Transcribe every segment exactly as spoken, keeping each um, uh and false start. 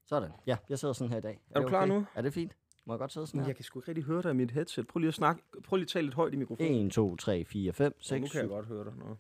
Sådan. Ja, jeg sidder sådan her i dag. Er, er du klar okay? nu? Er det fint? Må jeg godt sidde sådan her? Jeg kan sgu ikke rigtig høre dig i mit headset. Prøv lige at snakke. Prøv lige at tale lidt højt i mikrofonen. en, to, tre, fire, fem, seks, Nu kan jeg godt høre dig. Nå.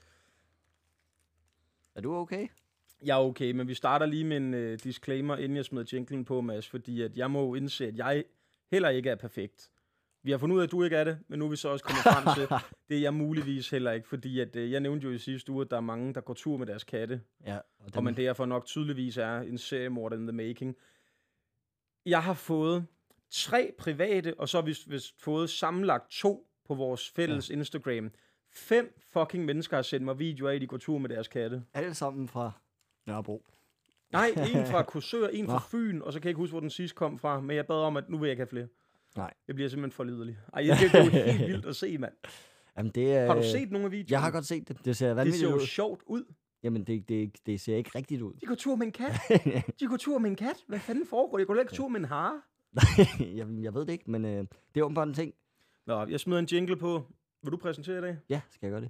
Er du okay? Jeg er okay, men vi starter lige med en uh, disclaimer, inden jeg smider jinglen på, Mads, fordi at jeg må indse, at jeg heller ikke er perfekt. Vi har fundet ud af, at du ikke er det, men nu er vi så også kommet frem til, det er jeg muligvis heller ikke, fordi at, uh, jeg nævnte jo i sidste uge, at der er mange, der går tur med deres katte, Ja. og, Og, og man derfor nok tydeligvis er en seriemorder in the making. Jeg har fået tre private, og så har vi vist fået sammenlagt to på vores fælles ja. Instagram. Fem fucking mennesker har sendt mig videoer af, at de går tur med deres katte. alle sammen fra Nørrebro. Nej, en fra Korsør, en fra Fyn, og så kan jeg ikke huske, hvor den sidste kom fra, men jeg bad om, at nu vil jeg ikke have flere. Nej. Jeg bliver simpelthen for liderlig. Ej, det, det er jo helt vildt at se, mand. Jamen, det er, Har du set nogle af videoerne? Jeg har godt set det. Det ser Det vanvittigt ser jo ud. sjovt ud. Jamen, det, det, det ser ikke rigtigt ud. De går tur med en kat. De går tur med en kat. Hvad fanden foregår? De går ikke tur med en hare. Jamen, jeg ved det ikke, men øh, det er åbenbart en ting. Nå, jeg smider en jingle på. Vil du præsentere i dag? Ja, skal jeg gøre det?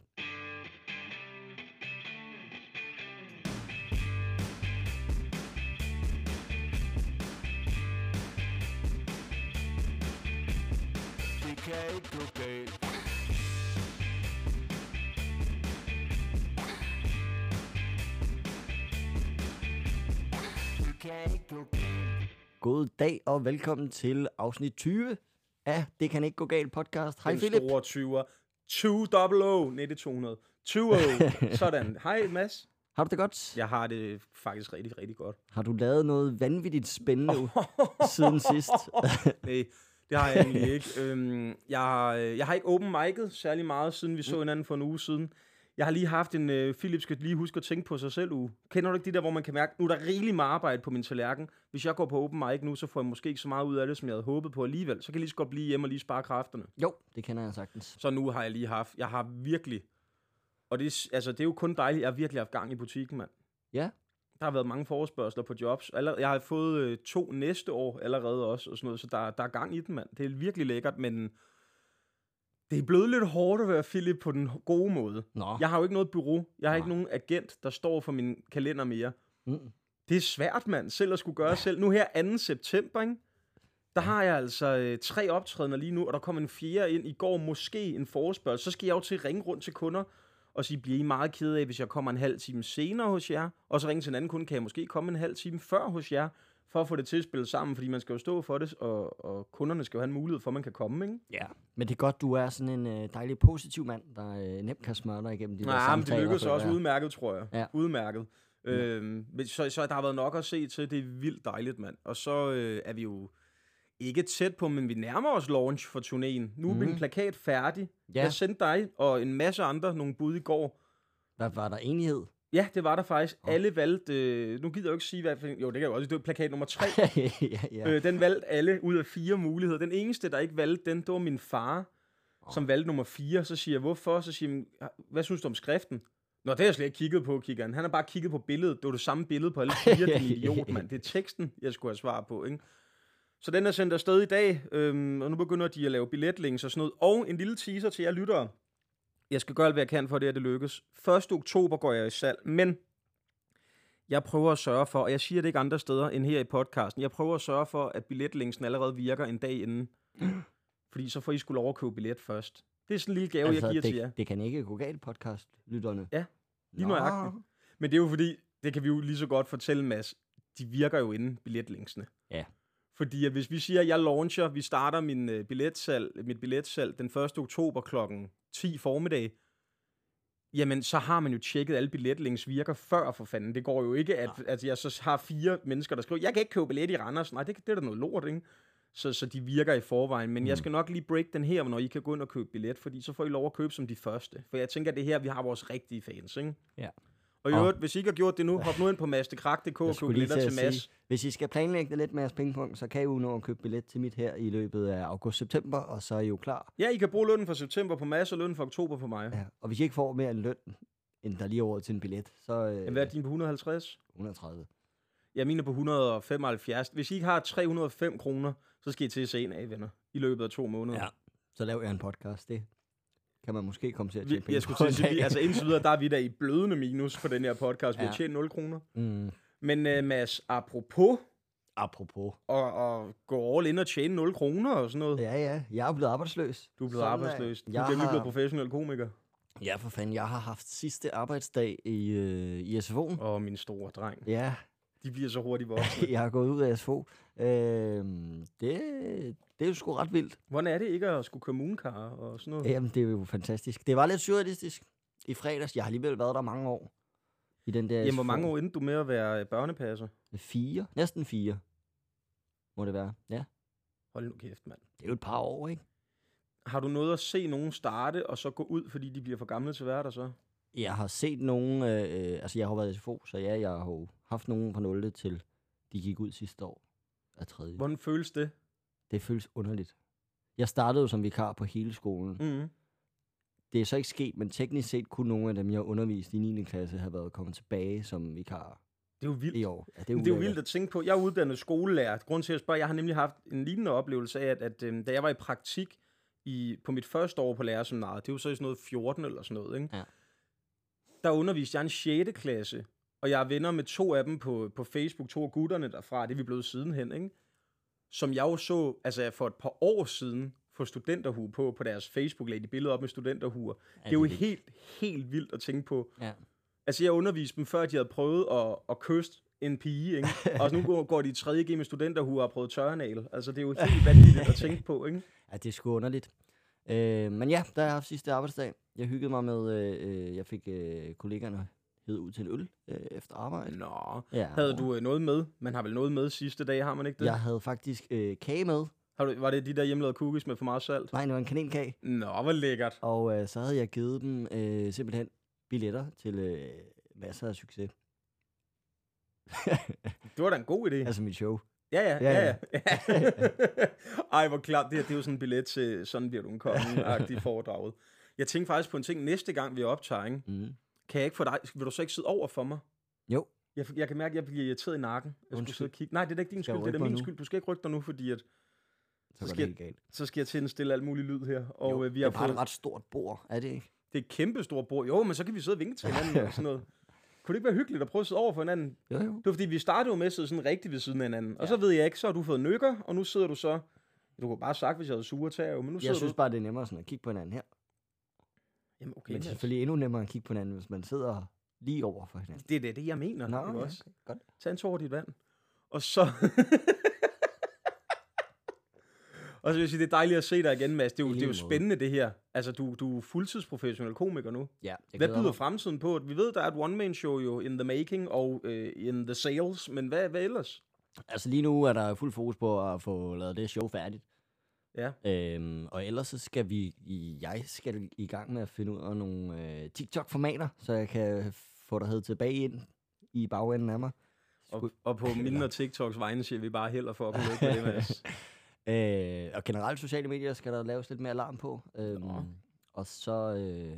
Det kan ikke gå galt. Det kan ikke gå galt. God dag og velkommen til afsnit tyve af Det kan ikke gå galt podcast. Hej Den Philip. store tyver. to hundrede. Nej, det er to hundrede. tyve. Sådan. Hej, Mads. Har du det godt? Jeg har det faktisk rigtig, rigtig godt. Har du lavet noget vanvittigt spændende siden sidst? Nej, det har jeg egentlig ikke. Øhm, jeg, har, jeg har ikke open mic'et særlig meget, siden vi så hinanden for en uge siden. Jeg har lige haft en, uh, Philip skal lige huske at tænke på sig selv uge. Kender du ikke de der, hvor man kan mærke, nu er der rigeligt meget arbejde på min tallerken. Hvis jeg går på open mic nu, så får jeg måske ikke så meget ud af det, som jeg havde håbet på alligevel. Så kan jeg lige så godt blive hjemme og lige spare kræfterne. Jo, det kender jeg sagtens. Så nu har jeg lige haft, jeg har virkelig, og det er, altså, det er jo kun dejligt, jeg har virkelig haft gang i butikken, mand. Ja. Der har været mange forespørgsler på jobs. Aller, jeg har fået øh, to næste år allerede også, og sådan noget, så der, der er gang i den, mand. Det er virkelig lækkert, men det er blevet lidt hårdt at være Philip på den gode måde. Nå. Jeg har jo ikke noget bureau. Jeg har Nå. ikke nogen agent, der står for min kalender mere. Mm. Det er svært, mand, selv at skulle gøre selv. Nu her anden september, ikke? Der har jeg altså øh, tre optrædener lige nu, og der kommer en fjerde ind i går, måske en forespørgsel. Så skal jeg jo til at ringe rundt til kunder og sige, bliver I meget kede af, hvis jeg kommer en halv time senere hos jer? Og så ringe til en anden kunde, kan jeg måske komme en halv time før hos jer, for at få det til at spille sammen, fordi man skal jo stå for det, og, og kunderne skal jo have en mulighed for, at man kan komme, ikke? Ja, men det er godt, du er sådan en øh, dejlig positiv mand, der øh, nemt kan smøre dig igennem de der Nej, men samtaler. det lykkedes for også det der. udmærket, tror jeg. Ja. Udmærket. Ja. Øhm, men så, så der har været nok at se til. Det er vildt dejligt, mand. Og så øh, er vi jo ikke tæt på, men vi nærmer os launch for turnéen. Nu er Mhm. min plakat færdig. Ja. Jeg sendte dig og en masse andre nogle bud i går. Hvad var der enighed? Ja, det var der faktisk. Oh. Alle valgte... Øh, nu gider jeg jo ikke sige, hvad... Jo, det kan jeg jo også. Det var plakat nummer tre. ja, ja. Øh, den valgte alle ud af fire muligheder. Den eneste, der ikke valgte den, det var min far, oh. som valgte nummer fire. Så siger jeg, hvorfor? Så siger jeg, hvad synes du om skriften? Nå, det har jeg slet ikke kigget på, kigger han. Han har bare kigget på billedet. Det var det samme billede på alle fire, din idiot, mand. Det er teksten, jeg skulle have svar på, ikke? Så den er sendt afsted i dag, øhm, og nu begynder de at lave billetlinks og sådan noget. Og en lille teaser til jer lyttere. Jeg skal gøre alt, hvad jeg kan for det, at det lykkes. første oktober går jeg i salg, men jeg prøver at sørge for, og jeg siger det ikke andre steder end her i podcasten, jeg prøver at sørge for, at billetlinksen allerede virker en dag inden. Fordi så får I skulle overkøbe billet først. Det er sådan en lille gave, altså, jeg giver det, til jer. det kan ikke gå galt podcast, lytterne. Ja, lige Nå. nøjagtigt. Men det er jo fordi, det kan vi jo lige så godt fortælle, Mads, de virker jo inden billetlinksene. Ja. Fordi at hvis vi siger, at jeg launcher, vi starter min, uh, billetsalg, mit billetsalg den første oktober klokken ti formiddag, jamen så har man jo tjekket, at alle billetlinks virker før for fanden. Det går jo ikke, at, at jeg så har fire mennesker, der skriver, jeg kan ikke købe billet i Randers. Nej, det, det er da noget lort, ikke? Så, så de virker i forvejen. Men mm. jeg skal nok lige break den her, når I kan gå ind og købe billet, fordi så får I lov at købe som de første. For jeg tænker, at det her, vi har vores rigtige fans, ikke? Ja. Og i øvrigt, hvis I ikke har gjort det nu, hop nu ind på masterkrak punktum d k og køb billetter til, til Mads. Hvis I skal planlægge det lidt med jeres pengepunkt, så kan I jo nå at købe billet til mit her i løbet af august-september, og så er I jo klar. Ja, I kan bruge lønnen for september på Mads, og lønnen for oktober på mig. Ja, og hvis I ikke får mere end løn, end der lige er råd til en billet, så... Øh, Jamen, hvad er din på et hundrede og halvtreds? et hundrede og tredive. Jeg mener på et hundrede og femoghalvfjerds. Hvis I ikke har tre hundrede og fem kroner, så skal I til at se en af, venner, i løbet af to måneder. Ja, så laver jeg en podcast. Det kan man måske komme til at Vi, tjene penge jeg skulle på til at en sige, dag. altså indtil videre, der er vi der i blødende minus på den her podcast. Vi Ja. har tjent nul kroner. Mm. Men uh, Mads, apropos Apropos. og, og gå all in og tjene nul kroner og sådan noget. Ja, ja. Jeg er blevet arbejdsløs. Du er blevet Sådan arbejdsløs. Du jeg er lige har- blevet professionel komiker. Ja, for fanden. Jeg har haft sidste arbejdsdag i, øh, i S F O'en. Åh, min store dreng. Ja, De bliver så hurtigt voksne. jeg har gået ud af S F O. Øh, det, det er jo sgu ret vildt. Hvordan er det ikke at skulle kommunekar og sådan noget? Jamen, det er jo fantastisk. Det var lidt surrealistisk i fredags. Jeg har alligevel været der mange år. I den der Jamen, hvor S F O. mange år endte du med at være børnepasser? Fire. Næsten fire. Må det være. Ja. Hold nu kæft, mand. Det er jo et par år, ikke? Har du noget at se nogen starte, og så gå ud, fordi de bliver for gamle til at være der så? Jeg har set nogen... Øh, altså, jeg har jo været i S F O, så ja, jeg har jo haft nogen fra nul til de gik ud sidste år af tredje. Hvordan føles det? Det føles underligt. Jeg startede jo som vikar på hele skolen. Mm-hmm. Det er så ikke sket, men teknisk set kunne nogle af dem, jeg har undervist i niende klasse, have været kommet tilbage som vikar Det er jo vildt. i år. Ja, det er, Det er jo ulækkert. vildt at tænke på. Jeg er uddannet skolelærer. Grunden til at spørge, jeg har nemlig haft en lignende oplevelse af, at, at øh, da jeg var i praktik i, på mit første år på lærerseminariet, det var så i sådan noget fjorten eller sådan noget, ikke? Ja. Der underviste jeg en sjette klasse, og jeg er venner med to af dem på, på Facebook, to af gutterne derfra, det er vi blevet sidenhen, ikke? Som jeg jo så, altså for et par år siden, få studenterhue på, på deres Facebook, lagde de billeder op med studenterhuer. Ja, Det er jo vildt. helt, helt vildt at tænke på. Ja. Altså, jeg underviste dem, før de havde prøvet at, at kysse en pige, ikke? Og så nu går, går de i tredje G med studenterhuer og har prøvet tørrenal. Altså, det er jo helt vanvittigt at tænke på, ikke? Ja, det er sgu underligt. Øh, men ja, der har jeg haft sidste arbejdsdag. Jeg hyggede mig med, øh, øh, jeg fik øh, kollegaerne hed ud til en øl øh, efter arbejde. Nå, Ja, havde du øh, noget med? Man har vel noget med sidste dag, har man ikke det? Jeg havde faktisk øh, kage med. Har du, var det de der hjemmelavede cookies med for meget salt? Nej, det var en kanelkage. Nå, hvor lækkert. Og øh, så havde jeg givet dem øh, simpelthen billetter til øh, masser af succes. Det var da en god idé. Altså mit show. Ja, ja, Ja, ja. ja. Ej, hvor klart. Det her, det er jo sådan en billet til Sådan bliver du en konge-agtig foredraget. Jeg tænkte faktisk på en ting. Næste gang vi optager, ikke? Mm. Kan jeg ikke få dig... Vil du så ikke sidde over for mig? Jo. Jeg, jeg kan mærke, at jeg bliver irriteret i nakken. Jeg skulle Undskyld. sidde og kigge. Nej, det er da ikke din Skal jeg skyld. Det er da rykke mig min nu? skyld. Du skal ikke rykke dig nu, fordi at, Så Så går skal det helt galt. så skal jeg til at stille alt muligt lyd her. Og Jo, øh, vi det har er bare fået... et ret stort bord, er det ikke? Det er et kæmpe stort bord. Jo, men så kan vi sidde og vinke til hinanden og sådan noget. Kunne det ikke være hyggeligt at prøve at sidde over for hinanden? Jo, jo. Det var fordi, vi startede jo med at sidde sådan rigtigt ved siden af hinanden. Og Ja. så ved jeg ikke, så har du fået nykker, og nu sidder du så... Du kunne bare have sagt, hvis jeg havde sure tæer, men nu sidder Jeg synes du... bare, det er nemmere sådan at kigge på hinanden her. Jamen, okay, Men det er Mads. selvfølgelig endnu nemmere at kigge på hinanden, hvis man sidder lige over for hinanden. Det er det, det jeg mener. Nå, ikke ja, også? okay, godt. Tag en tår af dit vand. Og så... og så vil jeg sige, det er dejligt at se dig igen, Mads. Det er jo, I det er jo lige måde. spændende, det her. Altså, du, du er fuldtidsprofessionel komiker nu. Ja, jeg Hvad glæder byder mig. fremtiden på? Vi ved, der er et one-man-show jo in the making og øh, in the sales, men hvad, hvad ellers? Altså lige nu er der fuld fokus på at få lavet det show færdigt. Ja. Øhm, og ellers så skal vi, i- jeg skal i gang med at finde ud af nogle øh, TikTok-formater, så jeg kan få dig hed tilbage ind i bagenden af mig. Og, og på mine og TikToks vegne siger vi bare held og fucking lykke med det, Mads. Øh, og generelt sociale medier skal der laves lidt mere alarm på. Øhm, Nå. og så... Øh,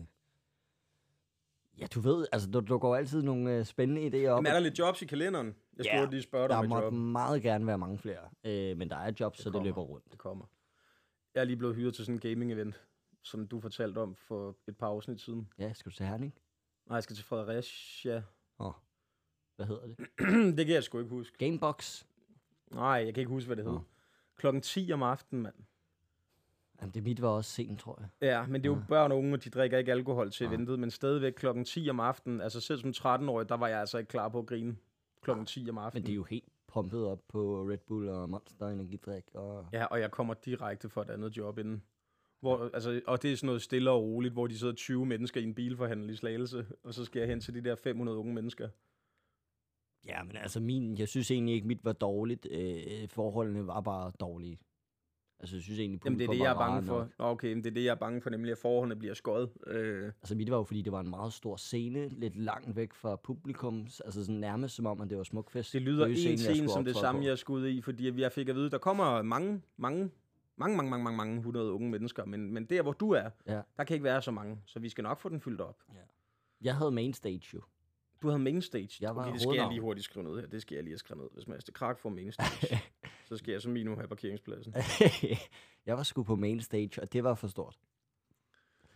ja, du ved, altså du, du går altid nogle øh, spændende idéer op. Men er der lidt jobs i kalenderen? Jeg skulle Ja, yeah, lige spørge dig der om et må job. meget gerne være mange flere. Øh, men der er jobs, så det kommer. løber rundt. Det kommer. Jeg er lige blevet hyret til sådan en gaming-event, som du fortalte om for et par afsnit siden. Ja, skal du til Herning? Nej, jeg skal til Fredericia. Åh, hvad hedder det? Det kan jeg sgu ikke huske. Gamebox? Nej, jeg kan ikke huske, hvad det hed. Nå. Klokken ti om aftenen, mand. Jamen, det mit var også sent, tror jeg. Ja, men det er jo Ja. børn og unge, og de drikker ikke alkohol til Nej. eventet, men stadigvæk klokken ti om aftenen, altså selv som tretten-årig, der var jeg altså ikke klar på at grine klokken ti om aftenen. Men det er jo helt pumpet op på Red Bull og Monster energidrik. Og... Ja, og jeg kommer direkte fra et andet job inden. Hvor, altså, og det er sådan noget stille og roligt, hvor de sidder tyve mennesker i en bilforhandel i Slagelse, og så skal jeg hen til de der fem hundrede unge mennesker. Ja, men altså min, jeg synes egentlig ikke, mit var dårligt. Øh, forholdene var bare dårlige. Altså, jeg synes egentlig, Jamen det er det, publikum jeg er var bange rart for. nok. Nå, okay, men det er det, jeg er bange for, nemlig at forholdene bliver skåret. Øh, Altså, mit var jo, fordi det var en meget stor scene, lidt langt væk fra publikum. Altså, sådan nærmest som om, at det var smukfest. det lyder Bøgescene, en jeg til en skulle som det optræde samme, på. jeg skulle ud i, fordi jeg fik at vide, der kommer mange, mange, mange, mange, mange, mange, mange hundrede unge mennesker, men, men der, hvor du er, Ja. der kan ikke være så mange, så vi skal nok få den fyldt op. Jeg havde main stage jo. Du havde main stage. Jeg var okay, det skal jeg hovednavn. lige hurtigt skrive ned her. Det skal jeg lige have skrevet ned. Hvis Mads det Krak får main stage, så skal jeg som minimum have parkeringspladsen. Jeg var sgu på main stage, og det var for stort.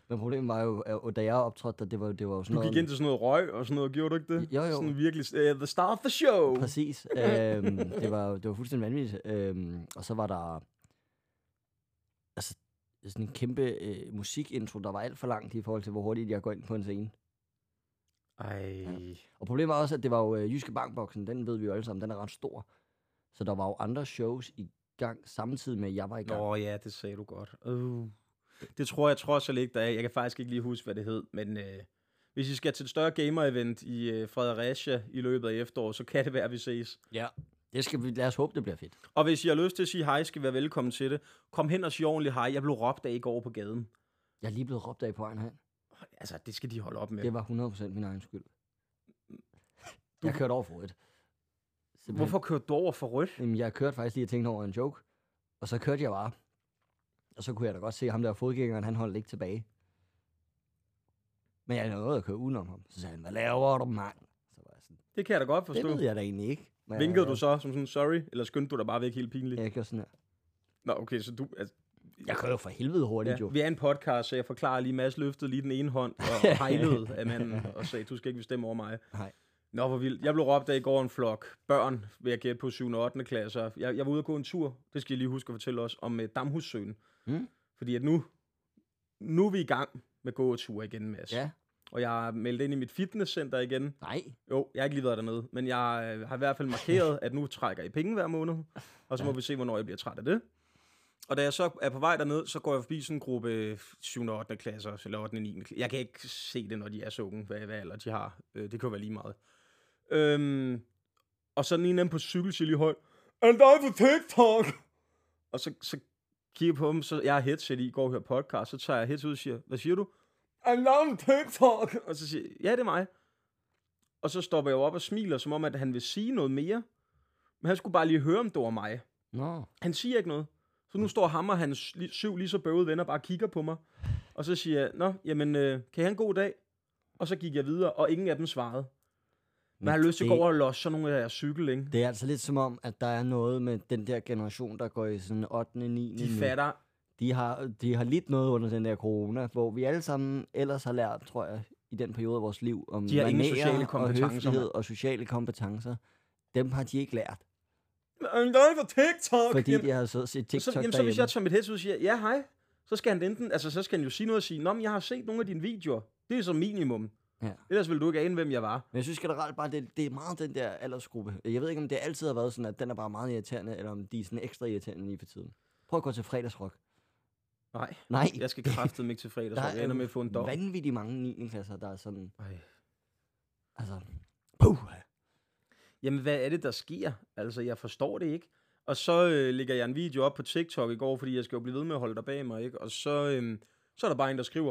Men problemet var jo, at da jeg optrådte, det var, det var jo sådan Du noget... gik ind til sådan noget røg og sådan noget, gjorde du ikke det? Jo, jo. Sådan virkelig, uh, the star of the show. Præcis. øhm, det, var, det var fuldstændig vanvittigt. Øhm, og så var der... Altså, sådan en kæmpe øh, musikintro, der var alt for langt i forhold til, hvor hurtigt jeg går ind på en scene. Ej. Ja. Og problemet var også, at det var jo øh, Jyske Bankboksen, den ved vi jo alle sammen, den er ret stor. Så der var jo andre shows i gang, samtidig med, at jeg var i gang. Nå ja, det sagde du godt. Uh. Det tror jeg trods alt ikke, der er. Jeg kan faktisk ikke lige huske, hvad det hed, men øh, hvis I skal til et større gamer-event i øh, Fredericia i løbet af efteråret, så kan det være, at vi ses. Ja. Det skal vi, lad os håbe, det bliver fedt. Og hvis I har lyst til at sige hej, skal I være velkommen til det. Kom hen og sig ordentligt hej. Jeg blev råbt af i går på gaden. Jeg er lige blevet råbt af på vejen hen. Altså, det skal de holde op med. Det var hundrede procent min egen skyld. Jeg kørte over for rødt. Simpelthen. Hvorfor kørte du over for rødt? Jamen, jeg kørte faktisk lige og tænkte over en joke. Og så kørte jeg bare. Og så kunne jeg da godt se, at ham der fodgængeren, han holdt ikke tilbage. Men jeg nåede at køre udenom ham. Så sagde han, hvad laver du, mand? Så var jeg sådan, Det kan jeg da godt det forstå. ved jeg da egentlig ikke. Men Vinkede jeg, du så som sådan, sorry? Eller skyndte du dig bare væk helt pinligt? Jeg gjorde sådan her. Nå, okay, så du... Altså, Jeg kører jo for helvede hurtigt, ja, jo. vi er en podcast, så jeg forklarer lige, Mads løftede lige den ene hånd og hejlede af manden og sagde, du skal ikke bestemme over mig. Nej. Nå, hvor vildt. Jeg blev råbt af i går en flok børn, vil jeg gætte på syvende og ottende klasser. Jeg, jeg var ude at gå en tur, det skal jeg lige huske at fortælle os, om uh, Damhussøen. Mm. Fordi at nu, nu er vi i gang med gåture igen, Mads. Ja. Og jeg har meldt ind i mit fitnesscenter igen. Nej. Jo, jeg har ikke lige været dernede, men jeg øh, har i hvert fald markeret, at nu trækker I penge hver måned, og så må ja. vi se, hvornår jeg bliver træt af det. Og da jeg så er på vej derned, så går jeg forbi sådan en gruppe syvende og ottende klasser, eller ottende og niende klasse. Jeg kan ikke se det, når de er så unge, hvad, hvad alder de har. Øh, det kan jo være lige meget. Øhm, og så den ene af dem på cykel siger lige højt, er det dig på TikTok? Og så, så kigger jeg på dem, så jeg har headset i, går og hører podcast, så tager jeg headset ud og siger, hvad siger du? I love TikTok! Og så siger jeg, ja, det er mig. Og så stopper jeg jo op og smiler, som om, at han vil sige noget mere. Men han skulle bare lige høre, om det var mig. Nå. Han siger ikke noget. Så nu står ham og hans syv lige så bøvede venner bare og kigger på mig. Og så siger jeg, nå, jamen, øh, kan I have en god dag? Og så gik jeg videre, og ingen af dem svarede. Men jeg har lyst til at gå over og losse sådan nogle af deres cykel, ikke? Det er altså lidt som om, at der er noget med den der generation, der går i sådan ottende niende De fatter. De har, de har lidt noget under den der corona, hvor vi alle sammen ellers har lært, tror jeg, i den periode af vores liv, om De har ingen manerer sociale og kompetencer, høflighed mand. og sociale kompetencer. Dem har de ikke lært, Er det dig på TikTok? fordi Jamen, de har så set TikTok så, jamen, så hvis jeg tager mit headset ud og siger, ja, hej, så skal han enten, altså så skal han jo sige noget og sige, nå, men jeg har set nogle af dine videoer. Det er så minimum. Ja. Ellers ville du ikke ane, hvem jeg var. Men jeg synes generelt bare, det, det er meget den der aldersgruppe. Jeg ved ikke, om det altid har været sådan, at den er bare meget irriterende, eller om de er sådan ekstra irriterende lige for tiden. Prøv at gå til fredagsrock. Nej, Nej. jeg skal kraftedeme ikke til fredag, Der så jeg er ender med at få en dom. vanvittigt mange niende klasser, der er sådan, Ej. altså, puh. Jamen, hvad er det, der sker? Altså, jeg forstår det ikke. Og så øh, lægger jeg en video op på TikTok i går, fordi jeg skal jo blive ved med at holde dig bag mig, ikke? Og så, øh, så er der bare en, der skriver,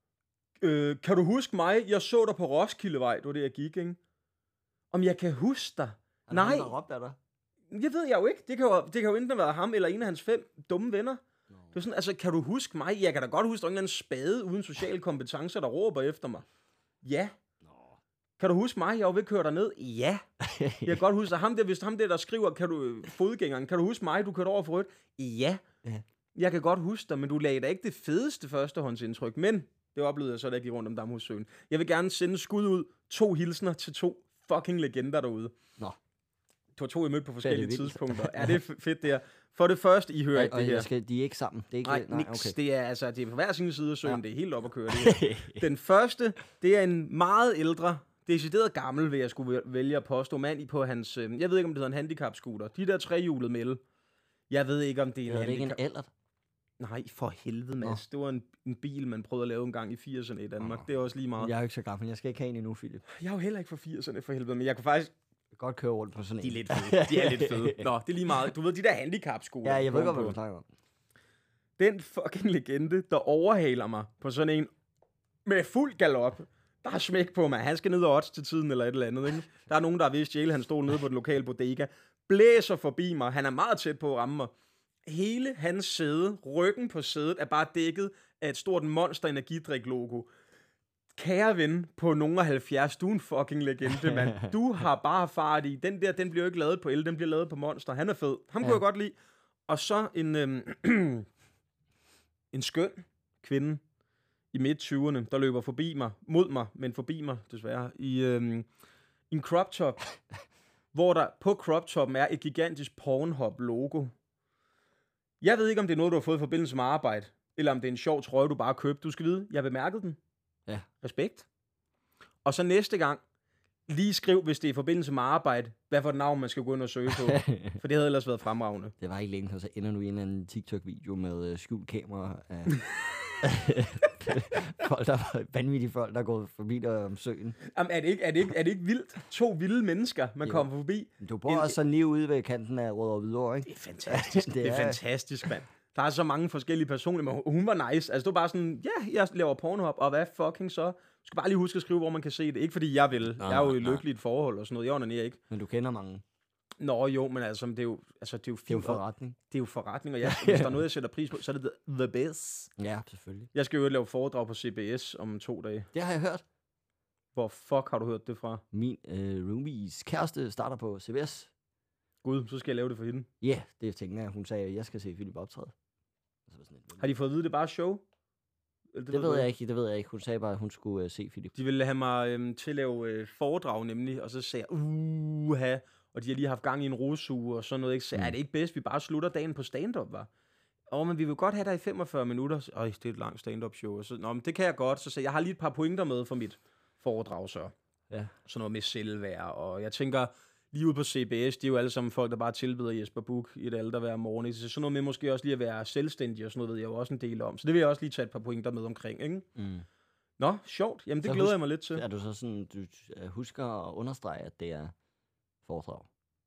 øh, kan du huske mig? Jeg så dig på Roskildevej, det var det, jeg gik, ikke? Om jeg kan huske dig? Er der Nej. nogen, der råbte af dig? Det ved jeg jo ikke. Det kan jo, det kan jo enten have været ham, eller en af hans fem dumme venner. Nå. Det er sådan, altså, kan du huske mig? Jeg kan da godt huske, der er en eller anden spade uden sociale kompetencer, der råber efter mig. Ja. Nå. Kan du huske mig? Jeg var ved at køre dig ned. Ja. Jeg kan godt huske, at ham der, hvis ham der, der skriver, kan du, fodgængeren, kan du huske mig? Du kørte over for rødt. Ja. Ja. Jeg kan godt huske dig, men du lagde da ikke det fedeste førstehåndsindtryk. Men det oplevede jeg så, da jeg gik rundt om Damhussøen. Jeg vil gerne sende skud ud. To hilsner til to fucking legender derude. Nå. Det var to, jeg mødte på forskellige vildt. tidspunkter. Ja, det er fedt, det her. For det første, I hører Og, ikke og det her. jeg skal, de er ikke sammen. Det er ikke, Nej, nej, niks. okay. Det er altså, det er på hver sin side af søen. Ja. Det er helt op at køre det her. Den første, det er en meget ældre, decideret gammel, vil jeg skulle vælge at påstå, mand i på hans, øh, jeg ved ikke, om det hedder en handicapscooter. De der trehjulede mæl. Jeg ved ikke, om det er en Er det ikke en handicap. aldert? Nej, for helvede, Mads. Det var en, en bil, man prøvede at lave en gang i firserne i Danmark. Nå. Det er også lige meget. Jeg er jo ikke så gammel. Jeg skal ikke have en endnu, Philip. Jeg er jo heller ikke fra firserne, for helvede, men jeg kunne faktisk... Jeg kan godt køre rundt på sådan en. De er lidt fede. De er lidt fede. Nå, det er lige meget. Du ved, de der handicapscooter. Ja, jeg ved du godt, går hvad på. du snakker om. Den fucking legende, der overhaler mig på sådan en med fuld galop. Der er smæk på mig. Han skal ned og odds til tiden eller et eller andet. Ikke? Der er nogen, der har vist stjæle hans stol nede på den lokale bodega. Blæser forbi mig. Han er meget tæt på at ramme mig. Hele hans sæde, ryggen på sædet, er bare dækket af et stort Monster Energidrik-logo. Kære ven på nogen af halvfjerds, du er en fucking legende, mand. Du har bare fart i. Den der, den bliver jo ikke lavet på el, den bliver lavet på Monster. Han er fed. Ham kunne Ja. jeg godt lide. Og så en, øhm, en skøn kvinde i midt-tyverne, der løber forbi mig, mod mig, men forbi mig desværre, i, øhm, i en crop top, hvor der på crop toppen er et gigantisk Pornhub-logo. Jeg ved ikke, om det er noget, du har fået i forbindelse med arbejde, eller om det er en sjov trøje, du bare har købt. Du skal vide, jeg bemærkede den. Ja. Respekt. Og så næste gang, lige skriv, hvis det er i forbindelse med arbejde, hvad for et navn, man skal gå ind og søge på. For det havde ellers været fremragende. Det var ikke længe, og så ender du i en eller anden TikTok-video med uh, skjult kamera af folk, der var vanvittige folk, der er gået forbi dig om søen. Jamen, er det ikke, er det ikke, er det ikke vildt? To vilde mennesker, man Jo. kommer forbi. Du bor En- også sådan lige ude ved kanten af Rødovre Hvidovre, ikke? Det er fantastisk. Det det er er- fantastisk, mand. Der er så mange forskellige personer, men hun var nice. Altså, det var bare sådan, ja, jeg laver Pornhub, og hvad fucking så? Du skal bare lige huske at skrive, hvor man kan se det. Ikke fordi jeg vil. Nej, Jeg er jo i nej. lykkeligt forhold og sådan noget. Jeg onanerer ikke. Men du kender mange. Nå jo, men altså, det er jo, altså, det er jo fint. Det er jo og- forretning. det er jo forretning, og jeg, hvis der er noget, jeg sætter pris på, så er det the, the best. Ja, selvfølgelig. Jeg skal jo lave foredrag på C B S om to dage. Det har jeg hørt. Hvor fuck har du hørt det fra? Min øh, roomies kæreste starter på C B S. Gud, så skal jeg lave det for hende. Ja, yeah, det tænkte jeg. Hun sagde, at jeg skal se Philip optræde. Og så var sådan lidt, Har de fået at vide, det er bare show? Eller det ved du jeg ikke, det ved jeg ikke. Hun sagde bare, at hun skulle uh, se Philip. De ville have mig øhm, til at lave øh, foredrag nemlig, og så sagde jeg, uha, og de har lige haft gang i en rosuge og sådan noget. Ikke? Så mm. er det ikke bedst, vi bare slutter dagen på stand-up, var? Åh, men vi vil godt have dig i femogfyrre minutter. Øj, det er et langt stand-up show. Og så, Nå, men det kan jeg godt. Så sagde jeg, jeg har lige et par pointer med for mit foredrag, så. Ja. Sådan noget med selvværd, og jeg tænker, lige ude på C B S, de er jo alle sammen folk, der bare tilbyder Jesper Buch i et alder hver morgen. Så sådan noget med måske også lige at være selvstændig og sådan noget, ved jeg jo også en del om. Så det vil jeg også lige tage et par pointer med omkring, ikke? Mm. Nå, sjovt. Jamen, det Så glæder husk- jeg mig lidt til. Er du så sådan, du øh, husker at understrege, at det er foredrag?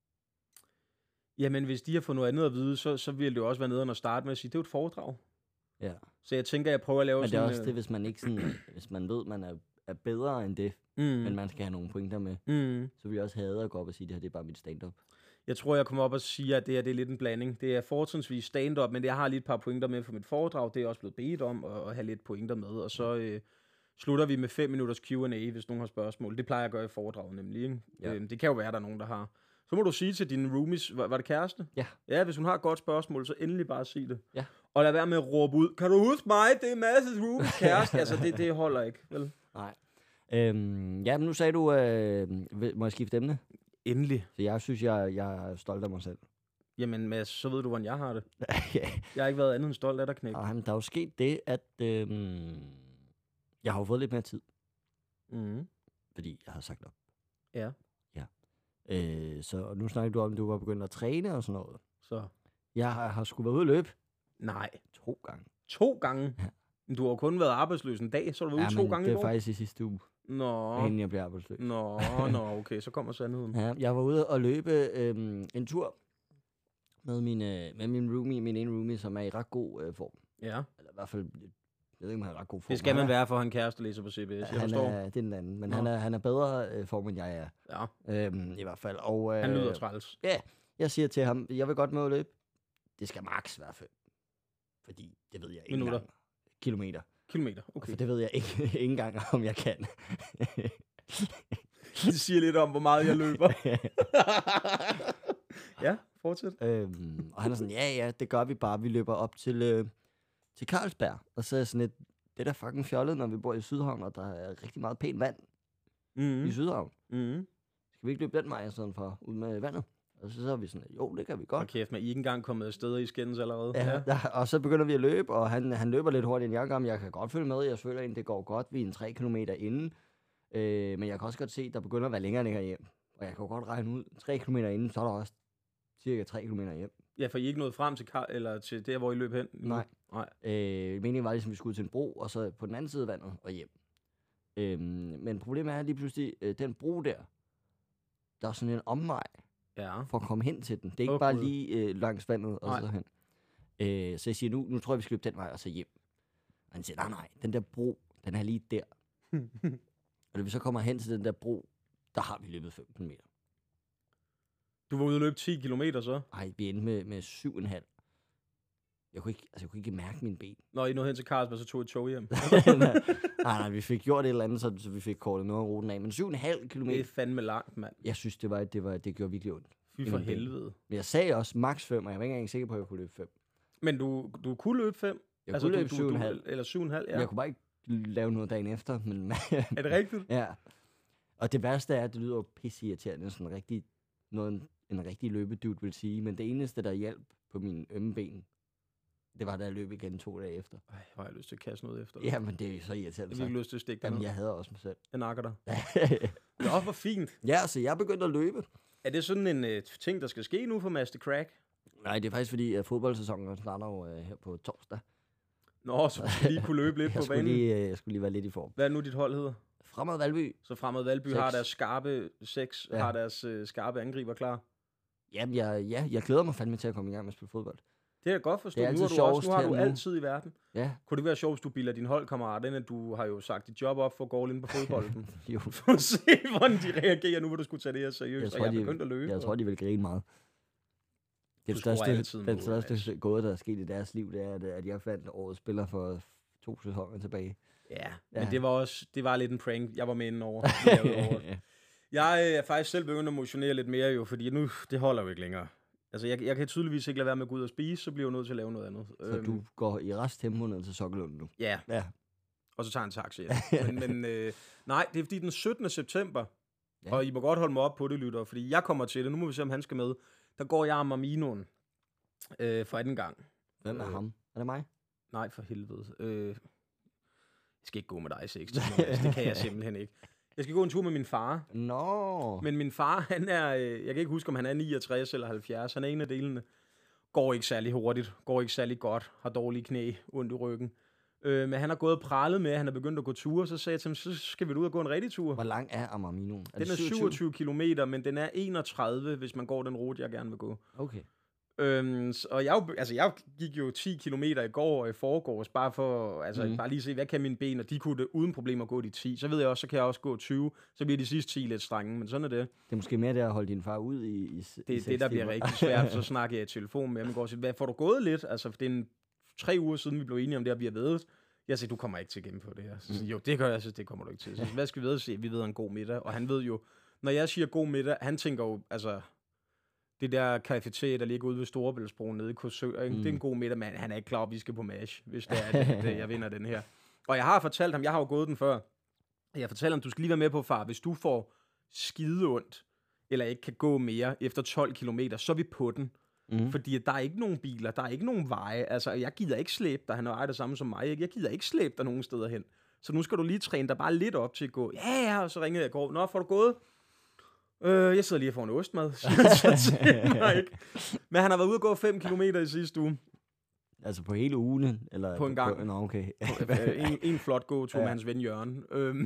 Jamen, hvis de har fået noget andet at vide, så, så vil det jo også være nede og starte med at sige, det er jo et foredrag. Ja. Så jeg tænker, jeg prøver at lave Men det er sådan... også det, hvis man ikke sådan, hvis man ved, man er, er bedre end det, mm, men man skal have nogle pointer med, mm. så vil jeg også have at gå op og sige, at det her det er bare mit stand-up. Jeg tror, jeg kommer op og siger, at det her det er lidt en blanding. Det er fortrinsvis stand-up, men jeg har lige et par pointer med for mit foredrag. Det er også blevet bedt om at, at have lidt pointer med. Og så øh, slutter vi med fem minutters Q and A, hvis nogen har spørgsmål. Det plejer jeg at gøre i foredraget nemlig. Ikke? Ja. Øhm, det kan jo være, at der er nogen, der har. Så må du sige til dine roomies, var, var det kæreste? Ja. Ja, hvis hun har et godt spørgsmål, så endelig bare sig det. Ja. Og lad være med at råbe ud, kan du huske mig? Det er Mads' roomies kæreste. Altså, det, det holder ikke, vel? Nej. Øhm, ja, men nu sagde du, øh, vil- må jeg skifte emne? Endelig. For jeg synes, jeg, jeg er stolt af mig selv. Jamen, Mads, så ved du, hvordan jeg har det. Ja. Jeg har ikke været andet end stolt af dig, knæk. Ej, men der er jo sket det, at øhm, jeg har jo fået lidt mere tid, Mm. fordi jeg har sagt op. Ja, Øh, så nu snakker du om, at du var begyndt at træne og sådan noget. så... Jeg har, har sgu været ude at løbe Nej. to gange. To gange? Ja. Men du har kun været arbejdsløs en dag, så har du været ude to men gange det i er går? faktisk i sidste uge, Nå, inden jeg blev arbejdsløs. nå, nå, okay, så kommer sandheden. Ja, jeg var ude og løbe øhm, en tur med min, øh, med min roomie, min ene roomie, som er i ret god øh, form. Ja, Eller i hvert fald, jeg ved ikke, om han er i ret god form. det skal Han man er- være, for han kæreste læser på C B S, jeg han forstår. er, det er den anden, men Nå. han er, han er bedre øh, form, end jeg er. Ja, Øhm, I hvert fald. Og, øh, han lyder træls. jeg siger til ham, jeg vil godt med at løbe. Det skal max være fem. Fordi det ved jeg ikke Minutter. engang. Kilometer. Kilometer, Okay. okay. For det ved jeg ikke, ikke engang, om jeg kan. Det siger lidt om, hvor meget jeg løber. Ja, fortsæt. øhm, og han er sådan, ja, ja, det gør vi bare. Vi løber op til, øh, til Carlsberg. Og så er jeg sådan lidt, det er da fucking fjollet, når vi bor i Sydhavn, og der er rigtig meget pænt vand mm. Mm. i Sydhavn. Mm. Skal vi ikke løbe den vej i stedet for ud med vandet? Og så, så er vi sådan, jo, det kan vi godt. Og kæft, man I er ikke engang kommet afsted, og I skændes allerede. Ja, ja. Og så begynder vi at løbe, og han, han løber lidt hurtigt, end jeg gør, men jeg kan godt følge med. Jeg føler egentlig, det går godt. Vi er en tre kilometer inden. Øh, men jeg kan også godt se, at der begynder at være længere og længere hjem. Og jeg kan jo godt regne ud, tre kilometer inden, så er der også cirka tre kilometer hjem. Ja, for I er ikke nået frem til, Kar- eller til der, hvor I løb hen? Nej. Nej. Øh, meningen var ligesom, at vi skulle til en bro, og så på den anden side af vandet og hjem. Øh, men problemet er lige pludselig, øh, den bro der, der er sådan en omvej Ja. for at komme hen til den. Det er ikke Åh, bare Gud. lige øh, langs vandet og Nej. så hen. Øh, så jeg siger, nu, nu tror jeg, vi skal løbe den vej og så hjem. Og han siger, nej, nej, den der bro, den er lige der. Og når vi så kommer hen til den der bro, der har vi løbet fem kilometer. Du var ude og løbe ti kilometer så? Ej, vi endte med, med syv og en halv. Jeg kunne ikke, altså, jeg kunne ikke mærke mine ben. Når I nåede hen til Carlsberg, så tog I et tog hjem. nej, nej, vi fik gjort et eller andet, så, så vi fik kortet noget af ruten af. Men syv og en halv Det er kilometer, fandme langt, mand. jeg synes, det var, det var, det gjorde virkelig ondt. Fy I for mine ben. helvede. Men jeg sagde også max fem, og jeg var ikke engang sikker på, at jeg kunne løbe fem. Men du, du kunne løbe fem? Jeg kunne løbe du, syv og en du, halv. Eller syv og en halv, Ja. ja. Jeg kunne bare ikke lave noget dagen efter. Men Er det rigtigt? ja. Og det værste er, at det lyder pisseirriterende, sådan rigtig, noget en, en rigtig løbedude vil sige. Men det eneste, der hjalp på mine ømme ben, det var, da jeg løb igen to dage efter. Ej, hvor har jeg lyst til at kaste noget efter. Ja, men det er så irriterende. Jeg har ikke lyst til at stikke dig Jamen, ned. jeg hader også mig selv. Jeg nakker dig. Nå, hvor fint. Ja, så jeg er begyndt at løbe. Er det sådan en uh, ting, der skal ske nu for Master Crack? Nej, det er faktisk fordi, at fodboldsæsonen starter jo uh, her på torsdag. Nå, så du skal lige kunne løbe lidt Jeg på skulle, banen. lige, uh, jeg skulle lige være lidt i form. Hvad er nu dit hold hedder? Fremad Valby. Så Fremad Valby Seks. har deres skarpe seks, Ja. har deres uh, skarpe angriber klar. Jamen, jeg, ja, jeg glæder mig fandme til at komme i gang med at spille fodbold. Det er jeg godt forstå. Det er Nu har altid du, også, sjovest nu har her du nu. altid i verden. Ja, Kunne det være sjovt, hvis du bilder din holdkammerat ind, at du har jo sagt dit job op for at gå all in på fodbolden? jo. For at se, hvordan de reagerer nu, hvor du skulle tage det her seriøst. Jeg Jeg tror, og jeg er de- begyndt at løbe. Jeg tror, de vil grine meget. Det Du er scorer den altid største, den mål, største Mads. gåde, der er sket i deres liv, det er, at, at jeg fandt årets spiller for to sæsoner tilbage. Ja, Ja. men det var også det var lidt en prank. Jeg var med inden over. derudover. Jeg øh, er faktisk selv begyndt at motionere lidt mere jo, fordi nu, det holder jo ikke længere. Altså, jeg, jeg kan tydeligvis ikke lade være med at gå ud og spise, så bliver jeg nødt til at lave noget andet. Så du går i rest tempo ned til Sokkelund nu? Ja, Ja. og så tager jeg en taxi. Ja. Men, men øh, nej, det er fordi den syttende september, Ja. ja. Og I må godt holde mig op på det, lytter, fordi jeg kommer til det. Nu må vi se, om han skal med. Der går jeg om Aminoen øh, for anden gang. Hvem er Øh, ham? Er det mig? Nej, for helvede. Øh, jeg skal ikke gå med dig i seks timer. Altså, det kan jeg simpelthen ikke. Jeg skal gå en tur med min far. Nå. Men min far, han er, øh, jeg kan ikke huske, om han er niogtres eller halvfjerds. Han er en af delene. Går ikke særlig hurtigt. Går ikke særlig godt. Har dårlige knæ. Ondt i ryggen. Øh, men han har gået og prallet med, at han er begyndt at gå ture. Så sagde jeg til ham, så skal vi ud og gå en rigtig tur. Hvor lang er Amarminoen? Den er syvogtyve kilometer, men den er enogtredive, hvis man går den rute, jeg gerne vil gå. Okay. Øhm, s- og jeg, er jo- altså, jeg gik jo ti kilometer i går og i forgårs, bare for altså, Mhm. mm. bare lige se, hvad kan mine ben, og de kunne det uden problemer gå de ti. Så ved jeg også, så kan jeg også gå tyve, så bliver de sidste ti lidt strenge, men sådan er det. Det er måske mere det at holde din far ud i, i, i Det er seks det, der bliver timer. rigtig svært. Så snakker jeg i telefon med ham i går og siger, hvad får du gået lidt? Altså, for det er en, tre uger siden, vi blev enige om det, og vi har vedet. Jeg siger, du kommer ikke til at gennemføre det her. Så siger, jo, det gør jeg, så det kommer du ikke til. Så, hvad skal vi ved? Så siger, jeg, vi ved en god middag, og han ved jo, når jeg siger god middag, han tænker jo, altså, det der cafeteria, der ligger ude ved Storebæltsbroen nede i Korsør, ikke? Mm. Det er en god middag, men han er ikke klar, at vi skal på MASH, hvis det er, det, det, jeg vinder den her. Og jeg har fortalt ham, jeg har jo gået den før, jeg fortæller ham, du skal lige være med på, far, hvis du får skide ondt, eller ikke kan gå mere efter tolv kilometer, så er vi på den. Mm. Fordi at der er ikke nogen biler, der er ikke nogen veje. Altså, jeg gider ikke slæbe dig. Han er jo det samme som mig. Ikke? Jeg gider ikke slæbe dig nogen steder hen. Så nu skal du lige træne dig bare lidt op til at gå. Ja, ja, og så ringede jeg i går. Nå, får du gået? Øh, jeg sidder lige og får en ostmad, siger han så til mig, ikke? Men han har været ude og gå fem kilometer i sidste uge. Altså på hele ugen? Eller På en gang. På, nå, okay. Øh, en, en flot gåtur ja. Ja. med hans ven Jørgen. Øhm,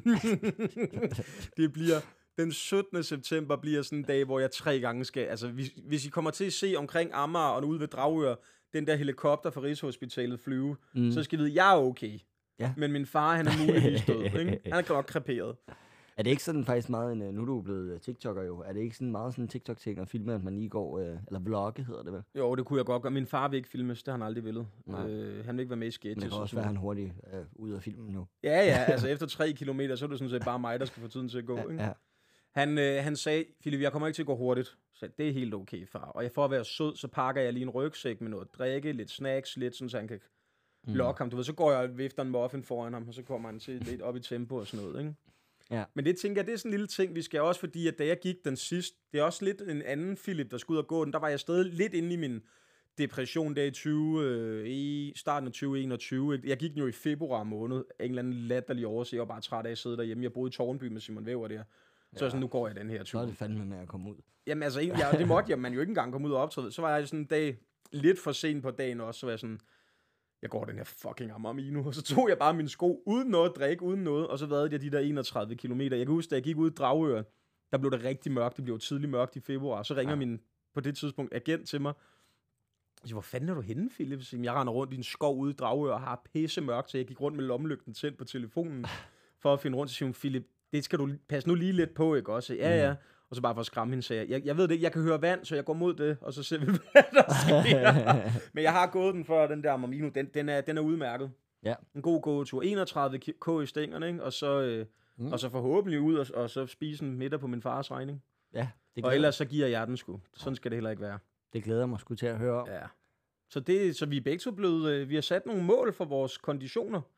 det bliver... Den syttende september bliver sådan en dag, hvor jeg tre gange skal... Altså, hvis, hvis I kommer til at se omkring Amager og ude ved Dragør, den der helikopter fra Rigshospitalet flyve, Mm. mm. så skal I vide, at jeg er okay. Ja. Men min far, han er muligvis død. Ikke? Han er nok kreperet. Er det ikke sådan faktisk meget en... øh, Nu er du blevet øh, TikToker jo. Er det ikke sådan meget sådan en TikTok-ting at filme, at man lige går... Øh, eller vlogge hedder det vel? Jo, det kunne jeg godt gøre. Min far vil ikke filmes, det har han aldrig villet. Nej. Øh, han vil ikke være med i Men sketches. det kan og også sådan være, at noget. han hurtigt øh, ud af filmen nu. Ja, ja, altså efter tre kilometer, så er det sådan set bare mig, der skal få tiden til at gå. Ikke? Ja. Han, øh, han sagde, Philip, jeg kommer ikke til at gå hurtigt. Så det er helt okay, far. Og jeg, for at være sød, så pakker jeg lige en rygsæk med noget drikke, lidt snacks, lidt sådan, så han kan Mm. lokke ham. Du ved, så går jeg og vifter en muffin foran ham, og så kommer han til lidt op i tempo og sådan noget. Ikke? Ja. Men det tænker jeg, det er sådan en lille ting, vi skal også, fordi at da jeg gik den sidste, det er også lidt en anden Philip, der skulle ud og gå den, der var jeg stadig lidt inde i min depression der i, tyve, øh, i starten af tyve enogtyve. Jeg gik den jo i februar måned, en eller anden latterlig overse, jeg var bare træt af at sidde derhjemme. Jeg boede i Tårnby med Simon Væver der. Så ja. sådan, nu går jeg den her Så tur. er det fandme med at komme ud. Jamen altså, egentlig, jeg, det måtte jeg, man jo ikke engang komme ud og optræde. Så var jeg sådan en dag, lidt for sent på dagen også, så var jeg sådan, jeg går den her fucking Amarmino, og så tog jeg bare mine sko, uden noget at drikke, uden noget, og så vadede jeg de der enogtredive kilometer. Jeg kan huske, da jeg gik ud i Dragør, der blev det rigtig mørkt, det blev tidligt mørkt i februar, så ringer ja. min, på det tidspunkt, agent til mig, jeg siger, hvor fanden er du henne, Philip? Så jeg render rundt i en skov ude i Dragør og har pisse mørkt, så jeg gik rundt med lommelygten tændt på telefonen, for at finde rundt, så siger hun, Philip, det skal du passe nu lige lidt på, ikke også? Ja, ja. Og så bare for at skræmme hende, sagde jeg, jeg, jeg ved det, jeg kan høre vand, så jeg går mod det, og så ser vi, hvad der sker. Men jeg har gået den før, den der Amarmino, den, den, er, den er udmærket. Ja. En god gåtur. enogtredive k i stængerne, ikke? Og så, øh, Mm. og så forhåbentlig ud, og, og så spise en middag på min fars regning. Ja, det Og glæder, ellers så giver jeg den sgu. Sådan skal det heller ikke være. det glæder mig sgu til at høre om. Ja. Så, det, så vi er begge to blevet, øh, vi har sat nogle mål for vores konditioner.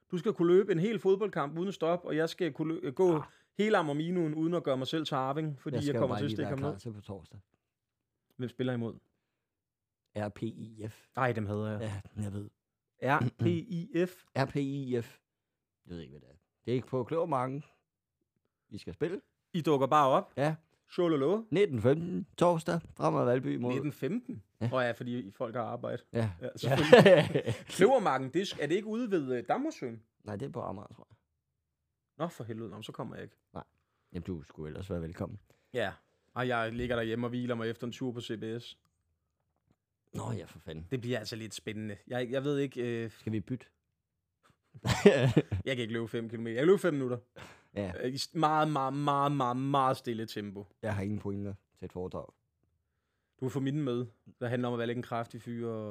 Du skal kunne løbe en hel fodboldkamp uden at stoppe, og jeg skal kunne lø- gå Ah. hele Amorminoen uden at gøre mig selv til arving, fordi Jeg jeg, skal jeg jo kommer bare til at lige stikke være ham klar ned. til på torsdag. Hvem spiller imod? R P I F. Nej, dem hader jeg. Ja, jeg ved. R P I F. R P I F. Jeg ved ikke, hvad det er. Det er ikke på Kløvermarken. Vi skal spille. I dukker bare op. Ja. Shololo. nitten femten torsdag. Fremad Valby mod... nitten femten. Ja. Åh ja, fordi folk har arbejde. Ja. Ja, ja. selvfølgelig. Kløvermarken, det er, er det ikke ude ved uh, Dammersøen? Nej, det er på Amager, tror jeg. Nå, for helvede. Nå, så kommer jeg ikke. Jamen, du skulle ellers være velkommen. Ja. Og jeg ligger derhjemme og hviler mig efter en tur på C B S. Nå, ja, for fanden. Det bliver altså lidt spændende. Jeg, jeg ved ikke... Øh, Skal vi bytte? jeg kan ikke løbe fem kilometer. Jeg kan løbe fem minutter. Ja, Øh, I s- meget, meget, meget, meget, meget stille tempo. jeg har ingen pointer til et foredrag. Du kan få mine med. Der handler om at være lidt en kraftig fyr. Og,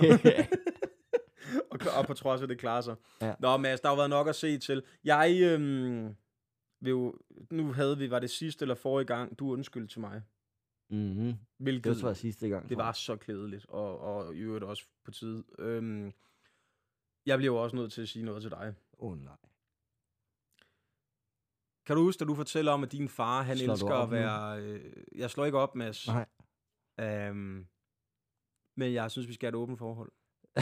og, og på trods af det klarer sig. Ja. Nå, Mads, der har jo været nok at se til. Jeg... Øhm, vil jo, nu havde vi, var det sidste eller forrige gang, du undskyldte til mig. Mm-hmm. Hvilket, Det var sidste gang. det tror var så klædeligt, og, og i øvrigt også på tide. Øhm, jeg bliver jo også nødt til at sige noget til dig. jeg. Åh, oh, nej. Kan du huske, at du fortæller om, at din far, han Slår du elsker op at nu? være... Øh, jeg slår ikke op, Mads. Nej. Øhm, men jeg synes, vi skal have et åbent forhold.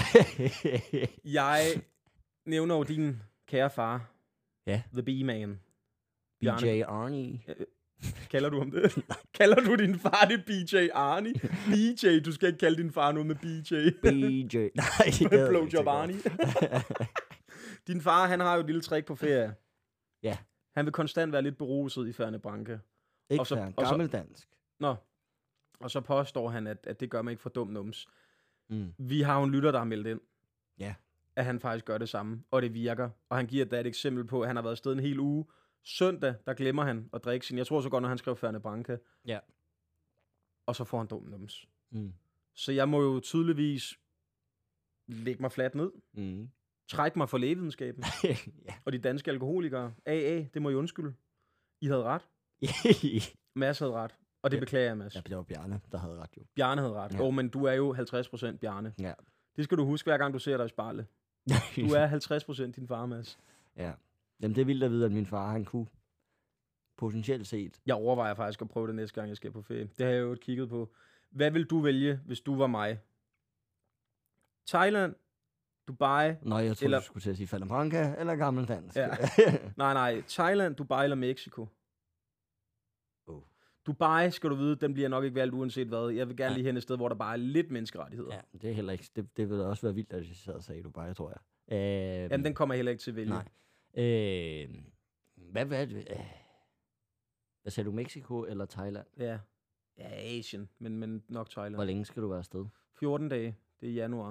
Jeg nævner jo din kære far. Ja. The B-Man. B J Arnie. Kalder du ham det? Kalder du din far det B J Arnie? B J, du skal ikke kalde din far noget med B J. B J. Nej, det gad jeg ikke Blowjob så godt. Arnie. Din far, han har jo et lille trick på ferie. Ja. Han vil konstant være lidt beruset i Ferne Branca. Ikke Og så- fair. og så- Gammeldansk. Nå. Og så påstår han, at, at det gør mig ikke for dum nums. Mm. Vi har jo en lytter, der har meldt ind. Ja. At han faktisk gør det samme, og det virker. Og han giver da et eksempel på, at han har været afsted en hel uge. Søndag, der glemmer han at drikke sin. Jeg tror så godt, når han skrev Ferne Branca. Ja. Og så får han dum nums. Mm. Så jeg må jo tydeligvis lægge mig fladt ned. Mm. Trække mig for lægevidenskaben. ja. Og de danske alkoholikere. A A, det må I undskylde. I havde ret. Mads havde ret. Og det Ja. beklager jeg, Mads. ja, det var Bjarne, der havde ret jo. Bjarne havde ret. Ja. Ja. Oh, men du er jo halvtreds procent Bjarne. Ja. Det skal du huske, hver gang du ser dig i spejlet. Du er halvtreds procent din far, Mads. ja. Jamen, det er vildt at vide, at min far, han kunne potentielt set. Jeg overvejer faktisk at prøve det næste gang, jeg skal på ferie. Det har jeg jo kigget på. Hvad vil du vælge, hvis du var mig? Thailand? Dubai? Nå, jeg tror, Eller- du skulle til at sige Ferne Branca eller Gammeldansk. Ja. Nej, nej. Thailand, Dubai eller Mexico? Oh. Dubai, skal du vide, den bliver nok ikke valgt uanset hvad. Jeg vil gerne Nej. lige hen et sted, hvor der bare er lidt menneskerettigheder. ja, det er heller ikke. Det, det ville også være vildt, at jeg sad og sagde Dubai, tror jeg. Øh, Jamen, den kommer jeg heller ikke til at vælge. Nej. Øh, hvad, hvad, hvad, hvad sagde du, Mexico eller Thailand? Ja. Ja, Asien, men, men nok Thailand. Hvor længe skal du være afsted? fjorten dage. Det er i januar.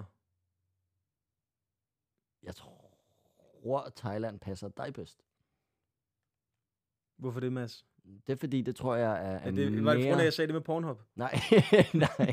Jeg tror, Thailand passer dig bedst. Hvorfor det, Mads? Det er fordi, det tror jeg er, er Er det, mere... var det på grund af, at jeg sagde det med Pornhub? Nej, nej.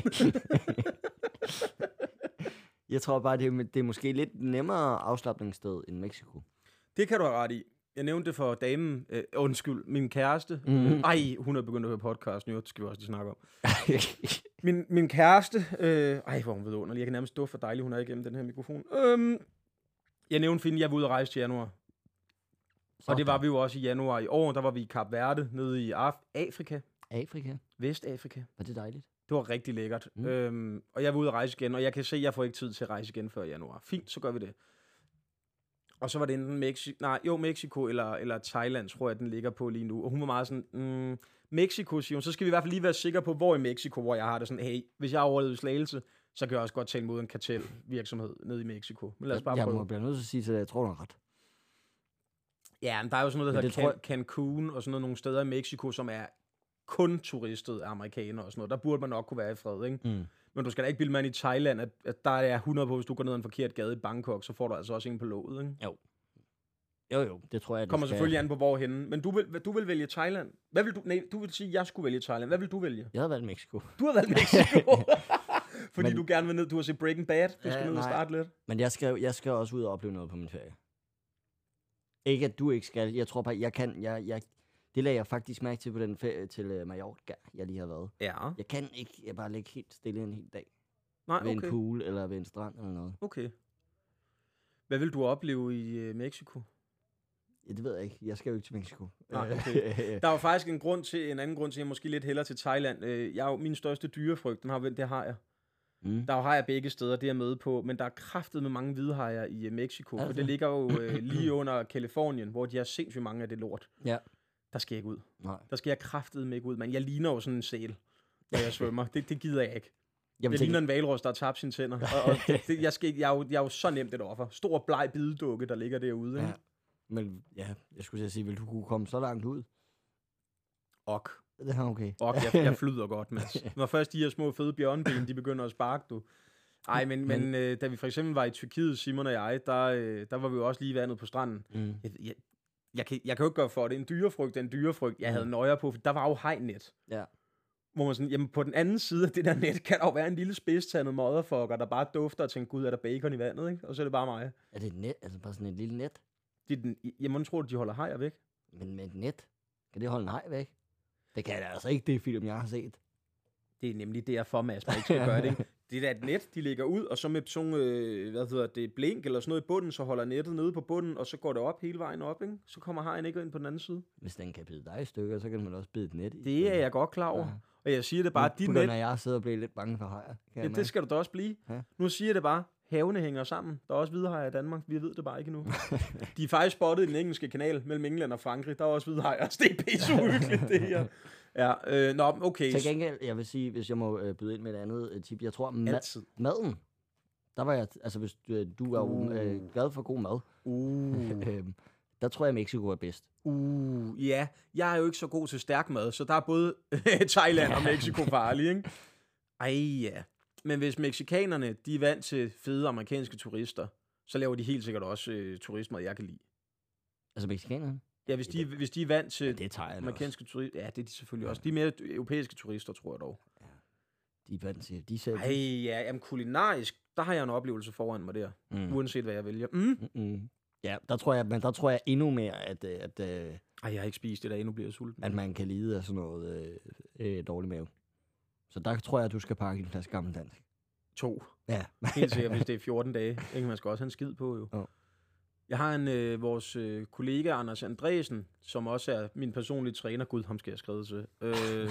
Jeg tror bare, det er, det er måske lidt nemmere afslapningssted end Mexico. Det kan du have ret i. Jeg nævnte det for damen, øh, undskyld, min kæreste. Mhm. Mm. Ej, hun er begyndt at høre podcast nu, det skal vi også lige snakke om. Min, min kæreste, øh, ej, hvor hun vidunderlig. Jeg kan nærmest dufte for dejligt, hun er igennem den her mikrofon. Øhm, jeg nævnte Finn, jeg var ude at rejse til januar. Og det var vi jo også i januar i år. Der var vi i Kap Verde, nede i Af- Afrika. Afrika, Vestafrika. var det dejligt? Det var rigtig lækkert. Mm. Mm. Øhm, og jeg var ude at rejse igen, og jeg kan se, at jeg får ikke tid til at rejse igen før januar. Fint, så gør vi det. Og så var det enten Mexico, nej, jo, Mexico eller, eller Thailand, tror jeg, den ligger på lige nu. Og hun var meget sådan, mm, Mexico, siger hun, så skal vi i hvert fald lige være sikre på, hvor i Mexico, hvor jeg har det sådan, hey, hvis jeg har overlevet i Slagelse, så kan jeg også godt tage imod en kartelvirksomhed nede i Mexico. Men lad os bare jeg prøve. må blive nødt til at sige til dig, jeg tror, du har ret. Ja, men der er jo sådan noget, der Men hedder det Can- Cancun og sådan noget, nogle steder i Mexico, som er kun turistet af amerikanere og sådan noget. Der burde man nok kunne være i fred, ikke? Mm. Men du skal da ikke bilde mig ind i Thailand, at, at der er hundrede på, hvis du går ned ad en forkert gade i Bangkok, så får du altså også en på låget, ikke? Jo, jo, det tror jeg, Det det kommer skal. selvfølgelig an på, hvorhenne. Men du vil, du vil vælge Thailand. Hvad vil du? Nej, du vil sige, at jeg skulle vælge Thailand. Hvad vil du vælge? Jeg havde valgt Mexico. Du har valgt Mexico. Fordi Men- du gerne vil ned. Du har set Breaking Bad. Du Ja, skal ned og nej. starte lidt. Men jeg skal, jeg skal også ud og opleve noget på min ferie. Ikke at du ikke skal. Jeg tror bare, jeg kan. Jeg, jeg, det lagde jeg faktisk mærke til på den ferie til uh, Mallorca, jeg lige har været. Ja. Jeg kan ikke jeg bare ligge helt stille en hel dag. Nej, Ved en okay. pool eller ved en strand eller noget. Okay. Hvad vil du opleve i øh, Mexico? Ja, det ved jeg ikke. Jeg skal jo ikke til Mexico. Nej, okay. Der er jo faktisk en grund til, en anden grund til, at jeg måske lidt hellere til Thailand. Øh, Jeg er jo min største dyrefrygt, den har vel, det har jeg. Mm. Der er jo hajer begge steder, det er jeg med på, men der er kraftet med mange hvidhajer i øh, Mexico, for Altså. det ligger jo øh, lige under Kalifornien, hvor de har sindssygt mange af det lort. Ja. Der skal jeg ikke ud. Nej. Der skal jeg kraftet med ikke ud, men jeg ligner jo sådan en sæl, når jeg svømmer. Det, det gider jeg ikke. Jeg, Jeg tænke, ligner en hvalros, der har tabt sine tænder. Og, og det, det, jeg, skal, ikke- jeg, er jo, jeg er jo så nemt et offer. Stor bleg bidedukke, der ligger derude. ja. Ikke? Men ja, jeg skulle til at sige, vil du kunne komme så langt ud? Ok. Det er okay. Og jeg, jeg flyder godt, Mads. Når først de her små fede bjørneben, de begynder at sparke, du. Ej, men, men, men øh, da vi for eksempel var i Tyrkiet, Simon og jeg, der, øh, der var vi jo også lige i vandet på stranden. Mm. Jeg, jeg, jeg, kan, jeg kan jo ikke gøre for det. En dyrefrygt er en dyrefrygt. Jeg havde nøjer på, for der var jo hegnet. Ja. Hvor man sådan, jamen på den anden side af det der net, kan der jo være en lille spidstandet motherfucker, der bare dufter og tænker, gud, er der bacon i vandet, ikke? Og så er det bare mig. Er det et net? Altså bare sådan et lille net? Det er den, jeg må tro, at de holder hajer væk. Men med et net? Kan det holde en haj væk? Det kan det altså ikke, det film, jeg har set. Det er nemlig derfor, Mads, man ikke skal gøre det. Ikke? Det er da et net, de lægger ud, og så med sådan nogle, øh, hvad hedder det, blink eller sådan noget i bunden, så holder nettet nede på bunden, og så går det op hele vejen op, ikke? Så kommer hajen ikke ind på den anden side. Hvis den kan bide dig i stykker, så kan man også bide et net i. Det er jeg godt klar over. Ja. Og jeg siger det bare, Nu dit begynder net, jeg at sidde og blive lidt bange for hajer. kan ja, jeg det mærke. skal du da også blive. Ja. Nu siger jeg det bare, havene hænger sammen. Der er også hvidhajer i Danmark, vi ved det bare ikke endnu. De er faktisk spottet i den engelske kanal mellem England og Frankrig. Der er også hvidhajer, så det er pisse uhyggeligt, det her. Ja, øh, nå, okay. Til gengæld, jeg vil sige, hvis jeg må øh, byde ind med et andet øh, tip, jeg tror, ma- Altid. maden, der var jeg, altså hvis du, du er jo øh, glad for god mad, Uh. øhm, der tror jeg, Mexico er bedst. Uh, ja, jeg er jo ikke så god til stærk mad, så der er både Thailand og Mexico farlige, ikke? Ej, ja. Men hvis mexikanerne, de er vant til fede amerikanske turister, så laver de helt sikkert også øh, turistmad, jeg kan lide. Altså mexikanerne? Ja, hvis de, hvis de er vant til Det tager jeg også. amerikanske turister, ja, det er de selvfølgelig også. De er mere europæiske turister, tror jeg dog. De er vant til, de ser... Ej, ja, jamen kulinarisk, der har jeg en oplevelse foran mig der, Mm. uanset hvad jeg vælger. Mm. Mm-mm. Ja, der tror jeg, men der tror jeg endnu mere, at, øh, at, at, Ej, jeg har ikke spist det der, endnu bliver jeg sulten. at man kan lide af sådan noget øh, øh, dårlig mave. Så der tror jeg, at du skal pakke en flaske gammeldansk. To. Ja. Helt sikkert, hvis det er fjorten dage. Ikke? Man skal også have en skid på, jo. Jo. Jeg har en, øh, vores øh, kollega, Anders Andresen, som også er min personlige træner. Gud, ham skal jeg skrive til. Øh,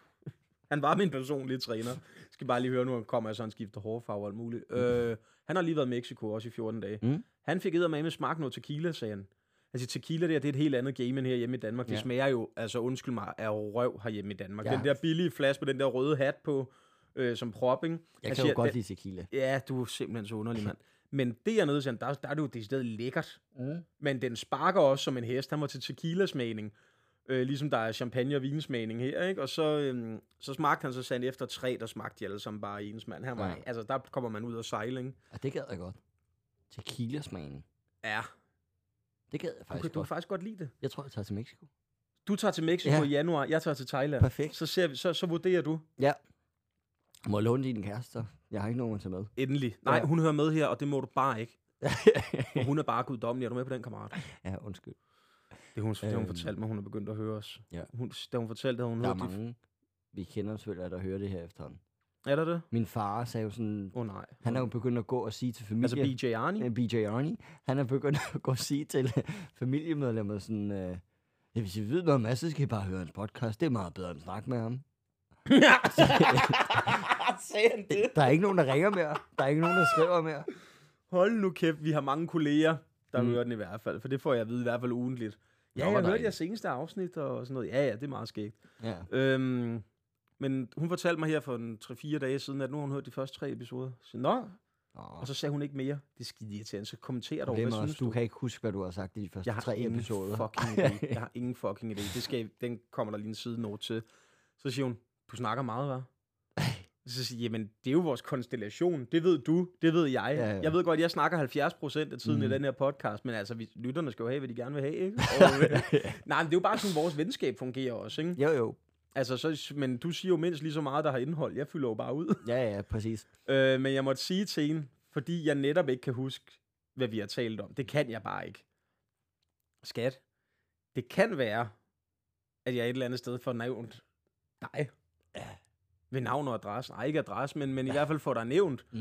han var min personlige træner. Jeg skal bare lige høre, nu kommer jeg så, han skifter hårfarve og alt muligt. Øh, han har lige været i Mexico, også i fjorten dage. Mm. Han fik eddermame smagt noget tequila, sagde han. Altså tequila der, det er et helt andet game end her hjemme i Danmark. Det Ja. smager jo, altså undskyld mig, af røv herhjemme i Danmark. Ja. Den der billige flaske med den der røde hat på, øh, som prop, ikke? Jeg Han kan siger, jo godt "Ja, lide tequila. Ja, du er simpelthen så underlig, mand. Men det er noget, der, der er det jo decideret lækkert. Mm. Men den sparker også som en hest. Han var til tequila-smagning. Øh, ligesom der er champagne- og vinsmagning her, ikke? Og så, øhm, så smagte han så sandt efter tre, der smagte de alle sammen bare ens mand. Han var, Ja. altså, der kommer man ud og sejle, ikke? Ja, det gad jeg godt. Tequila-smagen. Ja, Det gad jeg du faktisk kan, du kan godt. faktisk godt lide det. Jeg tror, jeg tager til Mexico. Du tager til Mexico Ja. i januar, jeg tager til Thailand. Perfekt. Så, ser vi, så, så vurderer du Må jeg låne din kæreste? så? Jeg har ikke nogen at tage med. endelig. Nej, Ja. hun hører med her, og det må du bare ikke. Og hun er bare guddommelig. Er du med på den, kammerat? Ja, undskyld. Det hun, det, hun Øhm. fortalte mig, hun er begyndt at høre os. Ja. Hun, da hun fortalte, at hun Der er hørte de... mange, vi kender selvfølgelig, der hører det her efterhånden. Er der det? Min far sagde jo sådan, Åh oh, nej. han er jo begyndt at gå og sige til familie... Altså B J Arnie? Øh, B J Arnie, han er begyndt at gå og sige til familiemedlemmer sådan, øh, ja, hvis I ved noget om Mads, så skal I bare høre hans podcast. Det er meget bedre end at snakke med ham. Sagde han det? Der er ikke nogen, der ringer mere. Der er ikke nogen, der skriver mere. Hold nu kæft, vi har mange kolleger, der Mm. mm. hører den i hvert fald. For det får jeg at vide i hvert fald ugentligt. Ja, Nå, jeg hvor hørte dejligt. jeres seneste afsnit og sådan noget. Ja, ja, det er meget skægt. Ja. Øhm, men hun fortalte mig her for en tre fire dage siden, at nu har hun hørt de første tre episoder. Så, nå, Oh, og så sagde hun ikke mere. Det er skide irriterende. Så kommenter dog, det hvad er synes også, du du? kan ikke huske, hvad du har sagt i de første Jeg har tre ingen episoder. fucking idé. Jeg har ingen fucking idé. Det skal, den kommer der lige en sidenote til. Så siger hun, du snakker meget, hva'? Så siger jeg, jamen, det er jo vores konstellation. Det ved du, det ved jeg. Ja, ja. Jeg ved godt, jeg snakker halvfjerds procent af tiden Mhm. i den her podcast, men altså, vi, lytterne skal jo have, hvad de gerne vil have, ikke? Og, øh, nej, men det er jo bare sådan, vores venskab fungerer også, ikke? Jo, jo. Altså, så, men du siger jo mindst lige så meget, der har indhold. Jeg fylder jo bare ud. Ja, ja, præcis. øh, men jeg måtte sige til en, fordi jeg netop ikke kan huske, hvad vi har talt om. Det kan jeg bare ikke. Skat, det kan være, at jeg et eller andet sted får nævnt dig. Ja. Ved navn og adresse. Nej, ikke adresse, men, men i hvert fald får dig nævnt. Mm.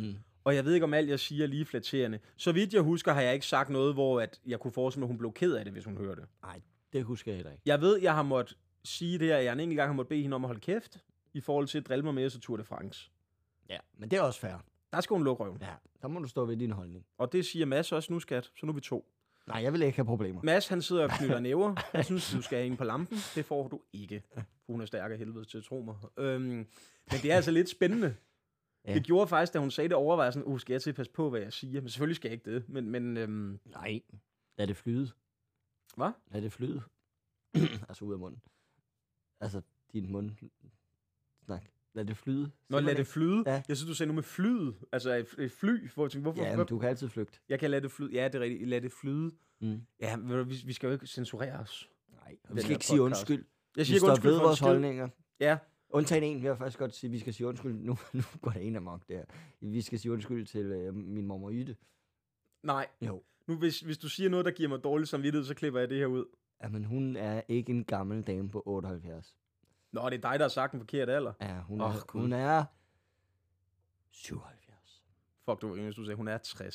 Og jeg ved ikke, om alt, jeg siger, er lige flatterende. Så vidt jeg husker, har jeg ikke sagt noget, hvor at jeg kunne forestille mig, at hun blev ked af det, hvis hun hørte det. Nej, det husker jeg heller ikke. Jeg ved, jeg har måttet sige det her, jeg en enkelt gang har måttet bede hende om at holde kæft, i forhold til at drille mig med til Tour de France. Ja, men det er også fair. Der skal hun lukke røven. Ja, der må du stå ved din holdning. Og det siger Mads også nu, skat. Så nu er vi to. Nej, jeg vil ikke have problemer. Mads, han sidder og knytter næver. Jeg synes, du skal hænge på lampen. Det får du ikke. Hun er stærk af helvede til at tro mig. Øhm, men det er altså lidt spændende. Ja. Det gjorde faktisk, da hun sagde det, overvejede sådan, uh, skal jeg til at passe på, hvad jeg siger? Men selvfølgelig skal jeg ikke det. Men, men øhm... nej, lad det flyde. Hvad? Lad det flyde. altså ud af munden. Altså, din mund. Snak. Lad det flyde. Nå, lad det flyde? Ja. Jeg synes, du sagde nu med flyde. Altså et, et fly. Hvor, tænkte, hvorfor, ja, men du kan altid flygte. Jeg kan lade det flyde. Ja, det er rigtigt. Lad det flyde. Mm. Ja, men vi, vi skal jo ikke censurere os. Nej, vi skal ikke sige undskyld. Jeg siger vi ikke undskyld ved for vores holdninger. Ja. Undtagen en, vil jeg faktisk godt sige, vi skal sige undskyld. Nu, nu går det en amok, det her. Vi skal sige undskyld til øh, min mormor Jytte. Nej. Jo. Nu, hvis, hvis du siger noget, der giver mig dårlig samvittighed, så klipper jeg det her ud. Jamen, hun er ikke en gammel dame på otteoghalvfjerds. Nå, det er dig, der har sagt en forkert alder. Ja, hun oh, er, hun er syvoghalvfjerds. Fuck, du var hvis du sagde, hun er tres.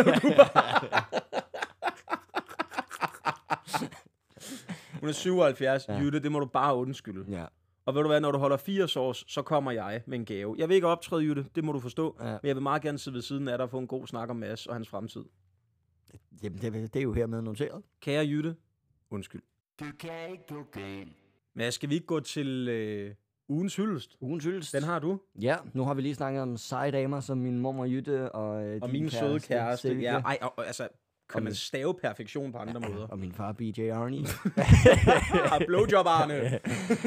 Hun er syvoghalvfjerds. Ja. Jytte, det må du bare undskylde. Ja. Og ved du hvad, når du holder firs års, så kommer jeg med en gave. Jeg vil ikke optræde, Jytte, det må du forstå. Ja. Men jeg vil meget gerne sidde ved siden af dig og få en god snak om Mads og hans fremtid. Jamen, det, det er jo hermed noteret. Kære Jytte, undskyld. Det kan ikke gå galt. Men skal vi ikke gå til øh, ugens hyldest? Ugens hyldest. Den har du. Ja, nu har vi lige snakket om seje damer, som min mormor Jytte og øh, og din min kæreste, søde kæreste. Silke. Ja, ej, og, og, altså, kan og man min... stave perfektion på andre ja, måder? Og min far, B J Arnie. Blowjob, Arne.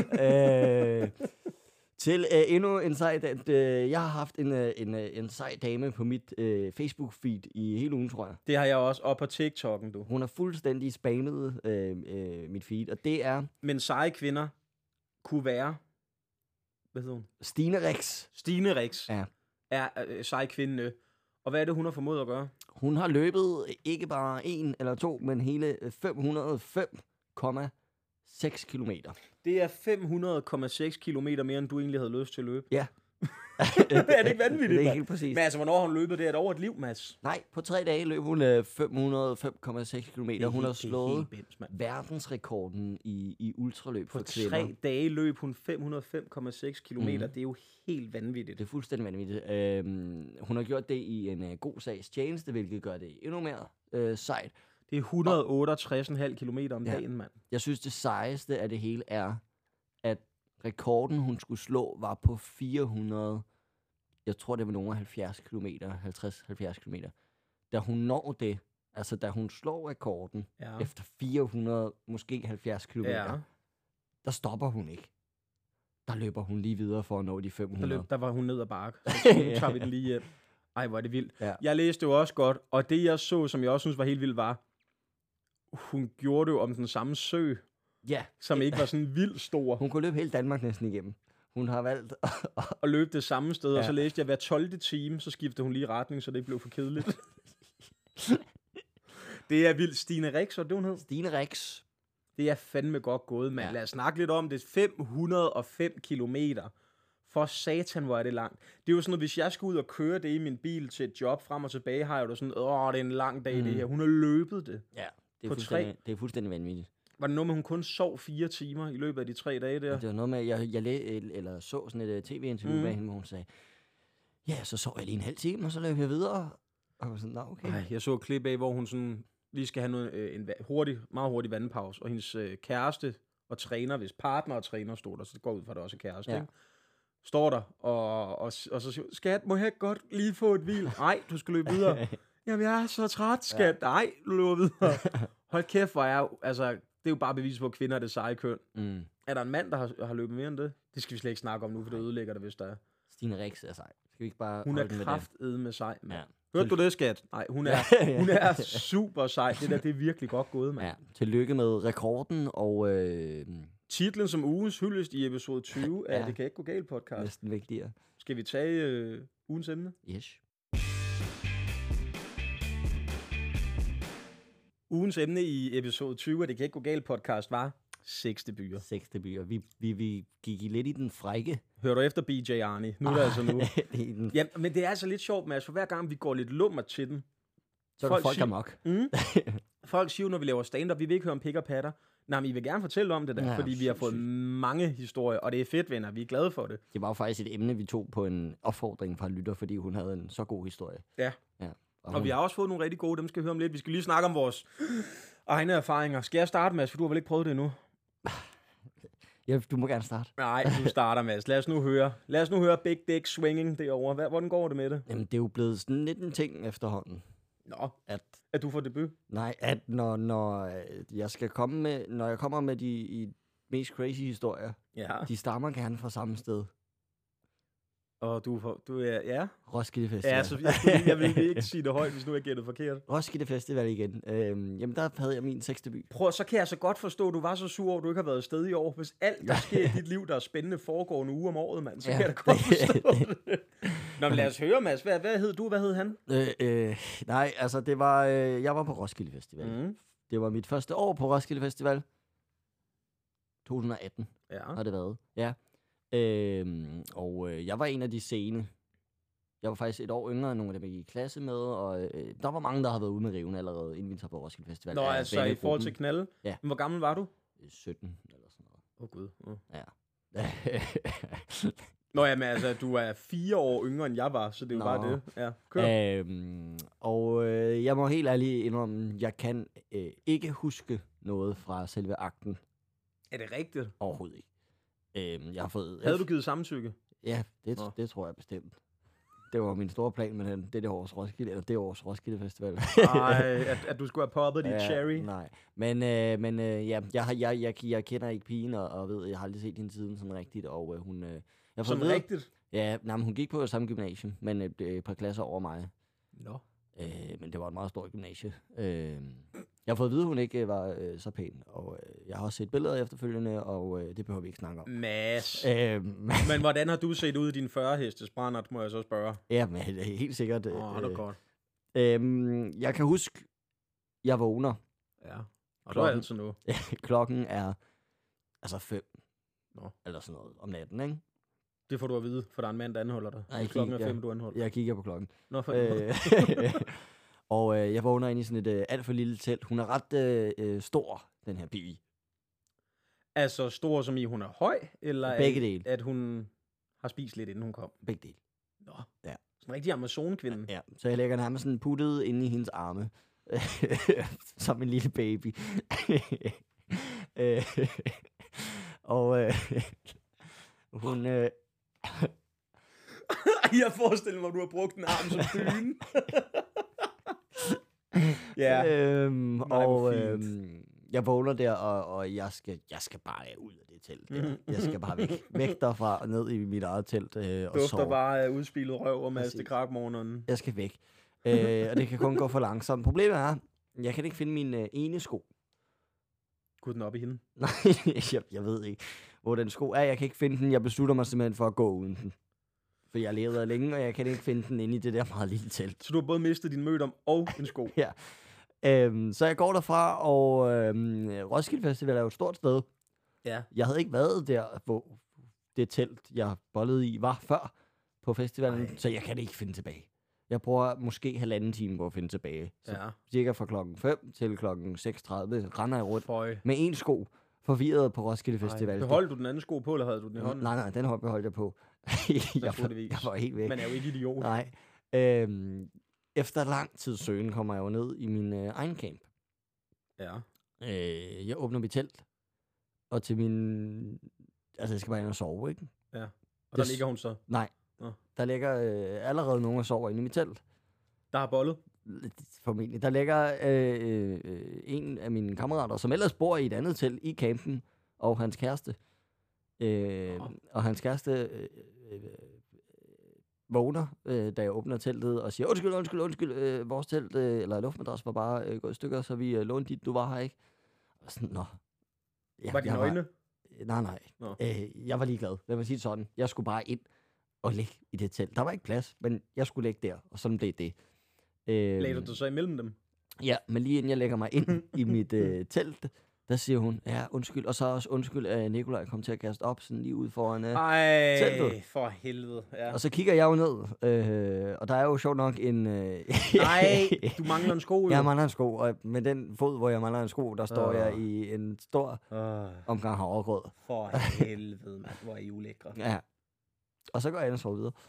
øh, til øh, endnu en sej dag. Øh, jeg har haft en, øh, en, øh, en sej dame på mit øh, Facebook-feed i hele ugen, tror jeg. Det har jeg også, og på TikTok'en, du. Hun har fuldstændig spammet øh, øh, mit feed, og det er... Men seje kvinder kunne være... Hvad hedder hun? Stine Rex. Stine Rex ja. er øh, sej kvinde. Og hvad er det, hun har formået at gøre? Hun har løbet ikke bare en eller to, men hele fem hundrede og fem komma seks kilometer. Det er fem hundrede komma seks kilometer mere, end du egentlig havde lyst til at løbe. Ja. er det ikke vanvittigt? Det er helt præcis. Men altså, hvornår har hun løbet? Det er et over et liv, Mads. Nej, på tre dage løb hun øh, fem hundrede og fem komma seks kilometer. Hun har slået bims, verdensrekorden i, i ultraløb på for kvinder. På tre dage løb hun fem hundrede og fem komma seks kilometer. Mm. Det er jo helt vanvittigt. Det er fuldstændig vanvittigt. Øhm, hun har gjort det i en uh, god sags tjeneste, hvilket gør det endnu mere øh, sejt. Det er et hundrede og otteogtres komma fem kilometer om ja. dagen, mand. Jeg synes, det sejeste af det hele er, at rekorden, hun skulle slå, var på fire hundrede, jeg tror, det var nogle halvfjerds kilometer, halvtreds til halvfjerds kilometer. Da hun når det, altså da hun slår rekorden, ja. efter fire hundrede, måske halvfjerds kilometer, ja. der stopper hun ikke. Der løber hun lige videre for at nå de fem hundrede. Der, løb, der var hun ned ad bakke. Så nu tager vi den lige hjem. Ej, hvor er det vildt. Ja. Jeg læste jo også godt, og det jeg så, som jeg også synes var helt vildt, var, hun gjorde det jo om den samme sø, ja. som ikke var sådan vildt stor. Hun kunne løbe hele Danmark næsten igennem. Hun har valgt at løbe det samme sted, ja. Og så læste jeg, hver tolvte time, så skiftede hun lige retning, så det ikke blev for kedeligt. Det er vildt. Stine Rex, og det hun hed? Stine Rex. Det er fandme godt gået, mand. Ja. Lad os snakke lidt om det. fem hundrede og fem kilometer. For satan, hvor er det langt. Det er jo sådan noget, hvis jeg skal ud og køre det i min bil til et job frem og tilbage, har jeg jo sådan, åh, det er en lang dag, mm. det her. Hun har løbet det. Ja, det er, på fuldstændig, det er fuldstændig vanvittigt. Var det noget med, hun kun sov fire timer i løbet af de tre dage der? Det var noget med, jeg, jeg læ- eller så sådan et tv-interview mm. med hende, hvor hun sagde, ja, så sov jeg lige en halv time, og så løb jeg videre. Og jeg sådan, nå, okay. Ej, jeg så et klip af, hvor hun sådan lige skal have noget, øh, en hurtig, meget hurtig vandpause, og hendes øh, kæreste og træner, hvis partner og træner stod der, så det går ud fra, det også er kæreste, ja. Ikke? Står der, og, og, og så siger skat, må jeg godt lige få et hvil? Nej, du skal løbe videre. Jamen, jeg er så træt, skat. Ja. Nej, du løber videre. Hold kæft, hvor jeg altså, det er jo bare bevis på, at kvinder er det seje køn. Mm. Er der en mand, der har, har løbet mere end det? Det skal vi slet ikke snakke om nu, for det ødelægger det, hvis der er. Stine Rex er sej. Skal vi ikke bare hun er kraftedme med sej, mand. Ja. Hørte du det, skat? Nej, hun er, hun er super sej. Det der, det er virkelig godt gået, mand. Ja. Tillykke med rekorden, og... Øh... titlen som ugens hyldest i episode tyve ja. Er Det Kan Ikke Gå Galt podcast. Næsten vigtigere. Skal vi tage øh, ugens emne? Yes. Ugens emne i episode tyve af Det Kan Ikke Gå Galt podcast var Seks debuter. Seks debuter. Vi, vi, vi gik i lidt i den frække. Hører du efter B J Arnie? Nu er det altså nu. I den, Ja, men det er altså lidt sjovt, Mads, for hver gang vi går lidt lummer til den, så er folk, folk amok. Mm, folk siger, når vi laver stand-up, vi vil ikke høre om pik og patter. Nej, men I vil gerne fortælle om det der, ja, fordi vi har fået mange historier, og det er fedt, venner. Vi er glade for det. Det var jo faktisk et emne, vi tog på en opfordring fra lytter, fordi hun havde en så god historie. Ja. ja. Og, og hun... vi har også fået nogle rigtig gode, dem skal vi høre om lidt. Vi skal lige snakke om vores egne erfaringer. Skal jeg starte, Mads, for du har vel ikke prøvet det endnu? Ja, du må gerne starte. Nej, du starter, Mads. Lad os nu høre. Lad os nu høre Big Dick Swinging derovre. Hvad, hvordan går det med det? Jamen, det er jo blevet sådan lidt en ting efterhånden. Nå, at, at du får debut? Nej, at når, når jeg skal komme med, når jeg kommer med de i mest crazy historier, ja. de stammer gerne fra samme sted. Og du, for, du er, ja? Roskilde Festival. Ja, så jeg, skulle, jeg vil ikke sige det højt, hvis nu jeg gættede forkert. Roskilde Festival igen. Øhm, jamen, der havde jeg min seks debut. Prøv, så kan jeg så godt forstå, at du var så sur over, at du ikke har været afsted i år. Hvis alt, der sker i dit liv, der er spændende, foregår en uge om året, mand, så ja, kan jeg da godt forstå det. Nå, men lad os høre, Mads. Hvad, hvad hed du? Hvad hed han? Øh, øh, nej, altså, det var... Øh, jeg var på Roskilde Festival. Mm. Det var mit første år på Roskilde Festival. to tusind og atten ja. har det været. Ja. Øhm, og øh, jeg var en af de sene. Jeg var faktisk et år yngre end nogle af dem, jeg gik i klasse med, og øh, der var mange, der havde været ude med riven allerede, inden vi tager på Roskilde Festival. Nå, altså i forhold til knalde? Ja. Men hvor gammel var du? sytten eller sådan noget. Åh oh, gud. Oh. Ja. Nå ja, men altså, du er fire år yngre, end jeg var, så det er jo Nå. bare det. Ja, kør. Øhm, og øh, jeg må helt ærligt indrømme, jeg kan øh, ikke huske noget fra selve akten. Er det rigtigt? Overhovedet ikke. Øhm, jeg har fået... Havde du givet samtykke? Ja, det, det tror jeg bestemt. Det var min store plan med den, det, det års Roskilde, eller det års Roskilde Festival. Nej, at, at du skulle have poppet dit ja, cherry. Nej, men, øh, men øh, ja, jeg, jeg, jeg, jeg, jeg kender ikke pigen, og, og ved, jeg har aldrig set hende siden sådan rigtigt, og øh, hun... Øh, jeg Sådan ved, rigtigt? Ja, nej, men hun gik på samme gymnasium, men øh, et par klasser over mig. Nå. Øh, men det var et meget stort gymnasie. Øh, jeg har fået at vide, at hun ikke øh, var øh, så pæn, og øh, jeg har også set billeder efterfølgende, og øh, det behøver vi ikke snakke om. Mads. Øh, men hvordan har du set ud i din fyrre hestes brændert, må jeg så spørge? Ja, men helt sikkert. Åh, oh, det er øh, godt. Øh, jeg kan huske, jeg vågner. Ja, og du er altid nu. Klokken er altså fem. Nå. Eller sådan noget om natten, ikke? Det får du at vide, for der er en mand, der anholder dig. Nej, klokken er jeg, fem, du anholder. Jeg kigger på klokken. Nå, for øh, Og øh, jeg vågner ind i sådan et øh, alt for lille telt. Hun er ret øh, øh, stor, den her pivi. Altså stor som i, hun er høj? Eller Begge at, dele. at hun har spist lidt, inden hun kom? Begge dele. Nå, ja. Sådan en rigtig Amazon-kvinde. Ja, så jeg lægger nærmest sådan puttet inde i hendes arme. Som en lille baby. Og øh, hun... Øh, jeg forestiller mig, at du har brugt en arm som dyne. ja. Øhm, og øhm, jeg vågner der, og, og jeg, skal, jeg skal bare ud af det telt der. Jeg skal bare væk, væk derfra og ned i mit eget telt øh, og Dufter sove. bare af udspillet røv og masse krakmorgenen. Jeg skal væk. øh, og det kan kun gå for langsomt. Problemet er, jeg kan ikke finde min øh, ene sko. Kunne den op i hende? Nej, jeg, jeg ved ikke, hvor den sko er. Jeg kan ikke finde den. Jeg beslutter mig simpelthen for at gå uden den. For jeg levede længe, og jeg kan ikke finde den inde i det der meget lille telt. Så du har både mistet din mødom og en sko? Ja. Øhm, så jeg går derfra, og øhm, Roskilde Festival er jo et stort sted. Ja. Jeg havde ikke været der, hvor det telt, jeg bollede i, var før på festivalen, Ej. så jeg kan det ikke finde tilbage. Jeg bruger måske halvanden time på at finde tilbage. Så ja. cirka fra klokken fem til klokken seks tredive render jeg rundt Føj. med en sko, forvirret på Roskilde Festival. Beholdt du den anden sko på, eller havde du den i hånden? Nej, nej, den hold beholdt jeg på. jeg, var, jeg var helt væk. Man er jo ikke idiot. Nej. Øhm, efter lang tid søgen kommer jeg jo ned i min øh, egen camp. Ja. Øh, jeg åbner mit telt, og til min... Altså, jeg skal bare ind og sove, ikke? Ja. Og det, der ligger hun så? Nej. Nå. Der ligger øh, allerede nogen, der sover inde i mit telt. Der har bollet? Formentlig. Der ligger øh, øh, en af mine kammerater, som ellers bor i et andet telt i campen, og hans kæreste. Øh, og hans kæreste øh, øh, vågner, øh, da jeg åbner teltet, og siger, undskyld, undskyld, undskyld, øh, vores telt, øh, eller luftmadras var bare øh, gået i stykker, så vi øh, lånte dit, du var her ikke. Og sådan, nå. Jeg, var dine øjne? Nej, nej. Øh, jeg var ligeglad. Lad mig sige det sådan. Jeg skulle bare ind og ligge i det telt. Der var ikke plads, men jeg skulle ligge der, og sådan blev det. Øh, Lagde du dig så imellem dem? Ja, men lige inden jeg lægger mig ind i mit øh, telt, Der siger hun, ja, undskyld. Og så også undskyld, at Nikolaj kom til at kaste op sådan lige ud foran uh, Ej, teltet. for helvede. Ja. Og så kigger jeg jo ned, øh, og der er jo sjovt nok en... Øh, Nej, du mangler en sko, jo. Jeg mangler en sko, og med den fod, hvor jeg mangler en sko, der står Åh. jeg i en stor Oh, omgang havregrød. for helvede, mand. Hvor er I ulækre. Ja. Og så går jeg ind og sover videre.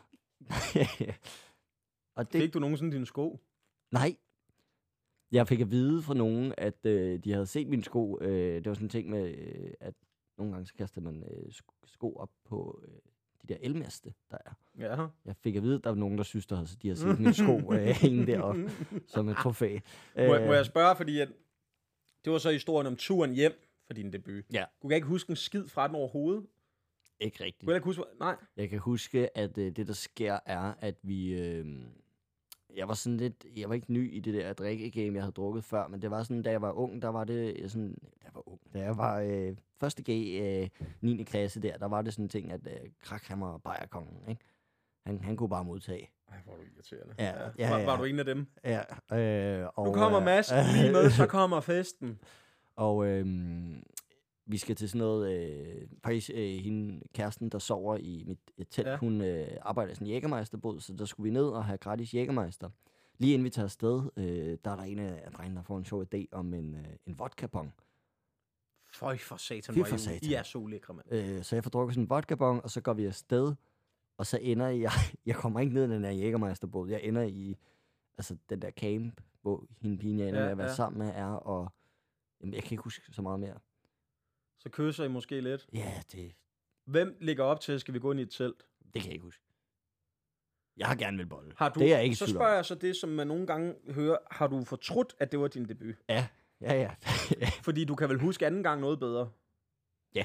og Fik du nogensinde dine sko? Nej. Jeg fik at vide fra nogen, at øh, de havde set mine sko. Øh, det var sådan en ting med, øh, at nogle gange så kaster man øh, sko op på øh, de der elmaste, der er. Ja. Jeg fik at vide, at der var nogen, der synes, der de havde set mine sko øh, hænge deroppe som et trofæ. Må, jeg- må jeg spørge, fordi at det var så historien om turen hjem for din debut. Ja. Du kan ikke huske en skid fra den overhovedet? Ikke rigtigt. Du kan ikke huske, hvor- nej. Jeg kan huske, at øh, det, der sker, er, at vi... Øh, jeg var sådan lidt... Jeg var ikke ny i det der drikkegame, jeg havde drukket før, men det var sådan, da jeg var ung, der var det sådan... Da jeg var ung. Da jeg var øh, første G, øh, niende klasse der, der var det sådan en ting, at øh, Krakhammer og Bajerkongen, ikke? Han, han kunne bare modtage. Ej, hvor er du irriterende. Ja, ja, Var, ja. var du en af dem? Ja, øh, og, Nu kommer øh, Mads lige med, så kommer festen. Og øh, vi skal til sådan noget... Øh, faktisk øh, hende, kæresten, der sover i mit et telt, Ja. ja. hun øh, arbejder i sådan en jægermeisterbåd, så der skulle vi ned og have gratis jægermeister. Lige inden vi tager afsted, øh, der er der en af drengene, der får en sjov idé om en, øh, en vodka-bong. Føj for satan, Fy hvor for er I, satan. I er så ulækre, mand. Øh, så jeg får drukket sådan en vodka-bong, og så går vi afsted, og så ender jeg... Jeg kommer ikke ned i den her jægermeisterbåd. Jeg ender i altså, den der camp, hvor hende pigen, jeg ender Ja, ja, med at være ja. ja. sammen med, er, og jamen, jeg kan ikke huske så meget mere. Så kysser I måske lidt. Ja, det, Hvem ligger op til, skal vi gå ind i et telt? det kan jeg ikke huske. Jeg har gerne vil bolle. Har du, Det er jeg ikke i så tvivl om. spørger jeg så det, som man nogle gange hører. Har du fortrudt, at det var din debut? Ja, ja, ja. Fordi du kan vel huske anden gang noget bedre? Ja.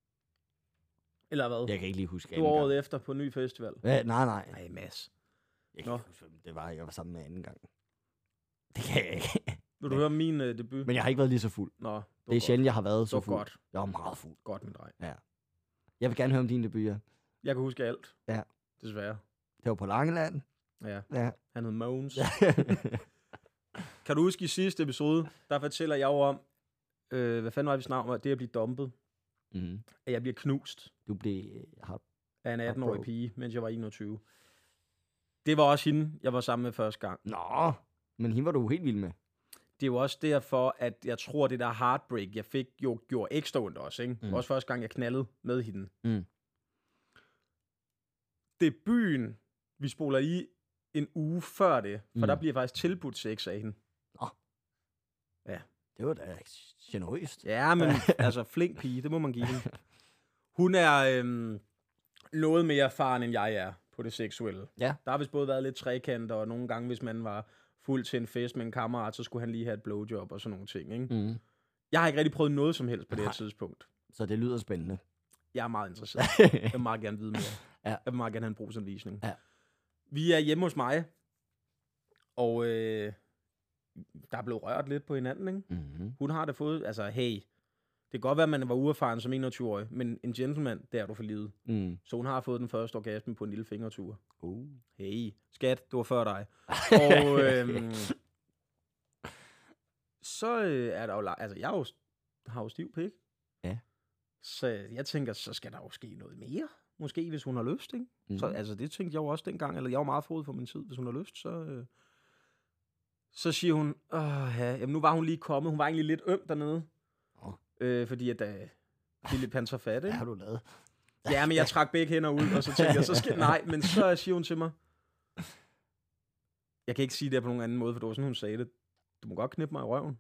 Eller hvad? Jeg kan ikke lige huske Du var anden året gang. efter på en ny festival. Ja, nej, nej. Nej, Mads. Jeg kan Nå. ikke huske, hvem det var, jeg var sammen med anden gang. Det kan jeg ikke. Vil du høre min uh, debut? Men jeg har ikke været lige så fuld. Nå, det var Det er sjældent, jeg har været Det så var fuld. godt. Jeg var meget fuld. Godt, min dreng. Jeg vil gerne høre om din debut, ja. Jeg kan huske alt. Ja. Desværre. Det var på Langeland. Ja. Ja. Han hed Mogens. Kan du huske i sidste episode, der fortæller jeg jo om, øh, hvad fanden var det, vi snakker om, det at blive dumpet. mm. At jeg bliver knust Du blev... Har... af en atten-årig Heartbroken. pige, mens jeg var enogtyve. Det var også hende, jeg var sammen med første gang. Nå, men hende var du helt vild med. Det er jo også derfor, at jeg tror, det der heartbreak, jeg fik, jo gjorde ekstra ondt også. Ikke? Mm. Mm. Også første gang, jeg knaldede med hende. Mm. Debuten, vi spoler i en uge før det, for Mm. der bliver faktisk tilbudt sex af hende. Det var da generøst. Ja, men altså flink pige, det må man give hende. Hun er øhm, noget mere erfaren, end jeg er på det seksuelle. Ja. Der har vist både været lidt trekanter, og nogle gange, hvis man var fuld til en fest med en kammerat, så skulle han lige have et blowjob og sådan nogle ting. Ikke? Mm. Jeg har ikke rigtig prøvet noget som helst på det her Nej. tidspunkt. Så det lyder spændende. Jeg er meget interesseret. Jeg vil meget gerne vide mere. Ja. Jeg vil meget gerne have en brugsanvisning. Ja. Vi er hjemme hos mig, og øh, der er blevet rørt lidt på hinanden, ikke? Mm-hmm. Hun har det fået, altså hey, det kan godt være, at man var uerfaren som enogtyve-årig, men en gentleman, det er du for livet. Mm. Så hun har fået den første orgasme på en lille fingertur. Uh. Hey, skat, det var før dig. Og øhm, så øh, er der jo, la- altså jeg er jo, har jo stiv pik. Ja. Så jeg tænker, så skal der jo ske noget mere. Måske, hvis hun har lyst, ikke? Mm. Så altså, det tænkte jeg jo også dengang, eller jeg var meget forud for min tid, hvis hun har lyst, så... Øh, så siger hun, åh ja, jamen nu var hun lige kommet, hun var egentlig lidt øm dernede. Åh. Øh, fordi at øh, Philip han så fat, Hvad ikke? har du lavet? Ja, men jeg trak begge hænder ud, og så tænkte jeg, så skal nej, men så siger hun til mig, jeg kan ikke sige det på nogen anden måde, for det var sådan, hun sagde det. Du må godt knippe mig i røven.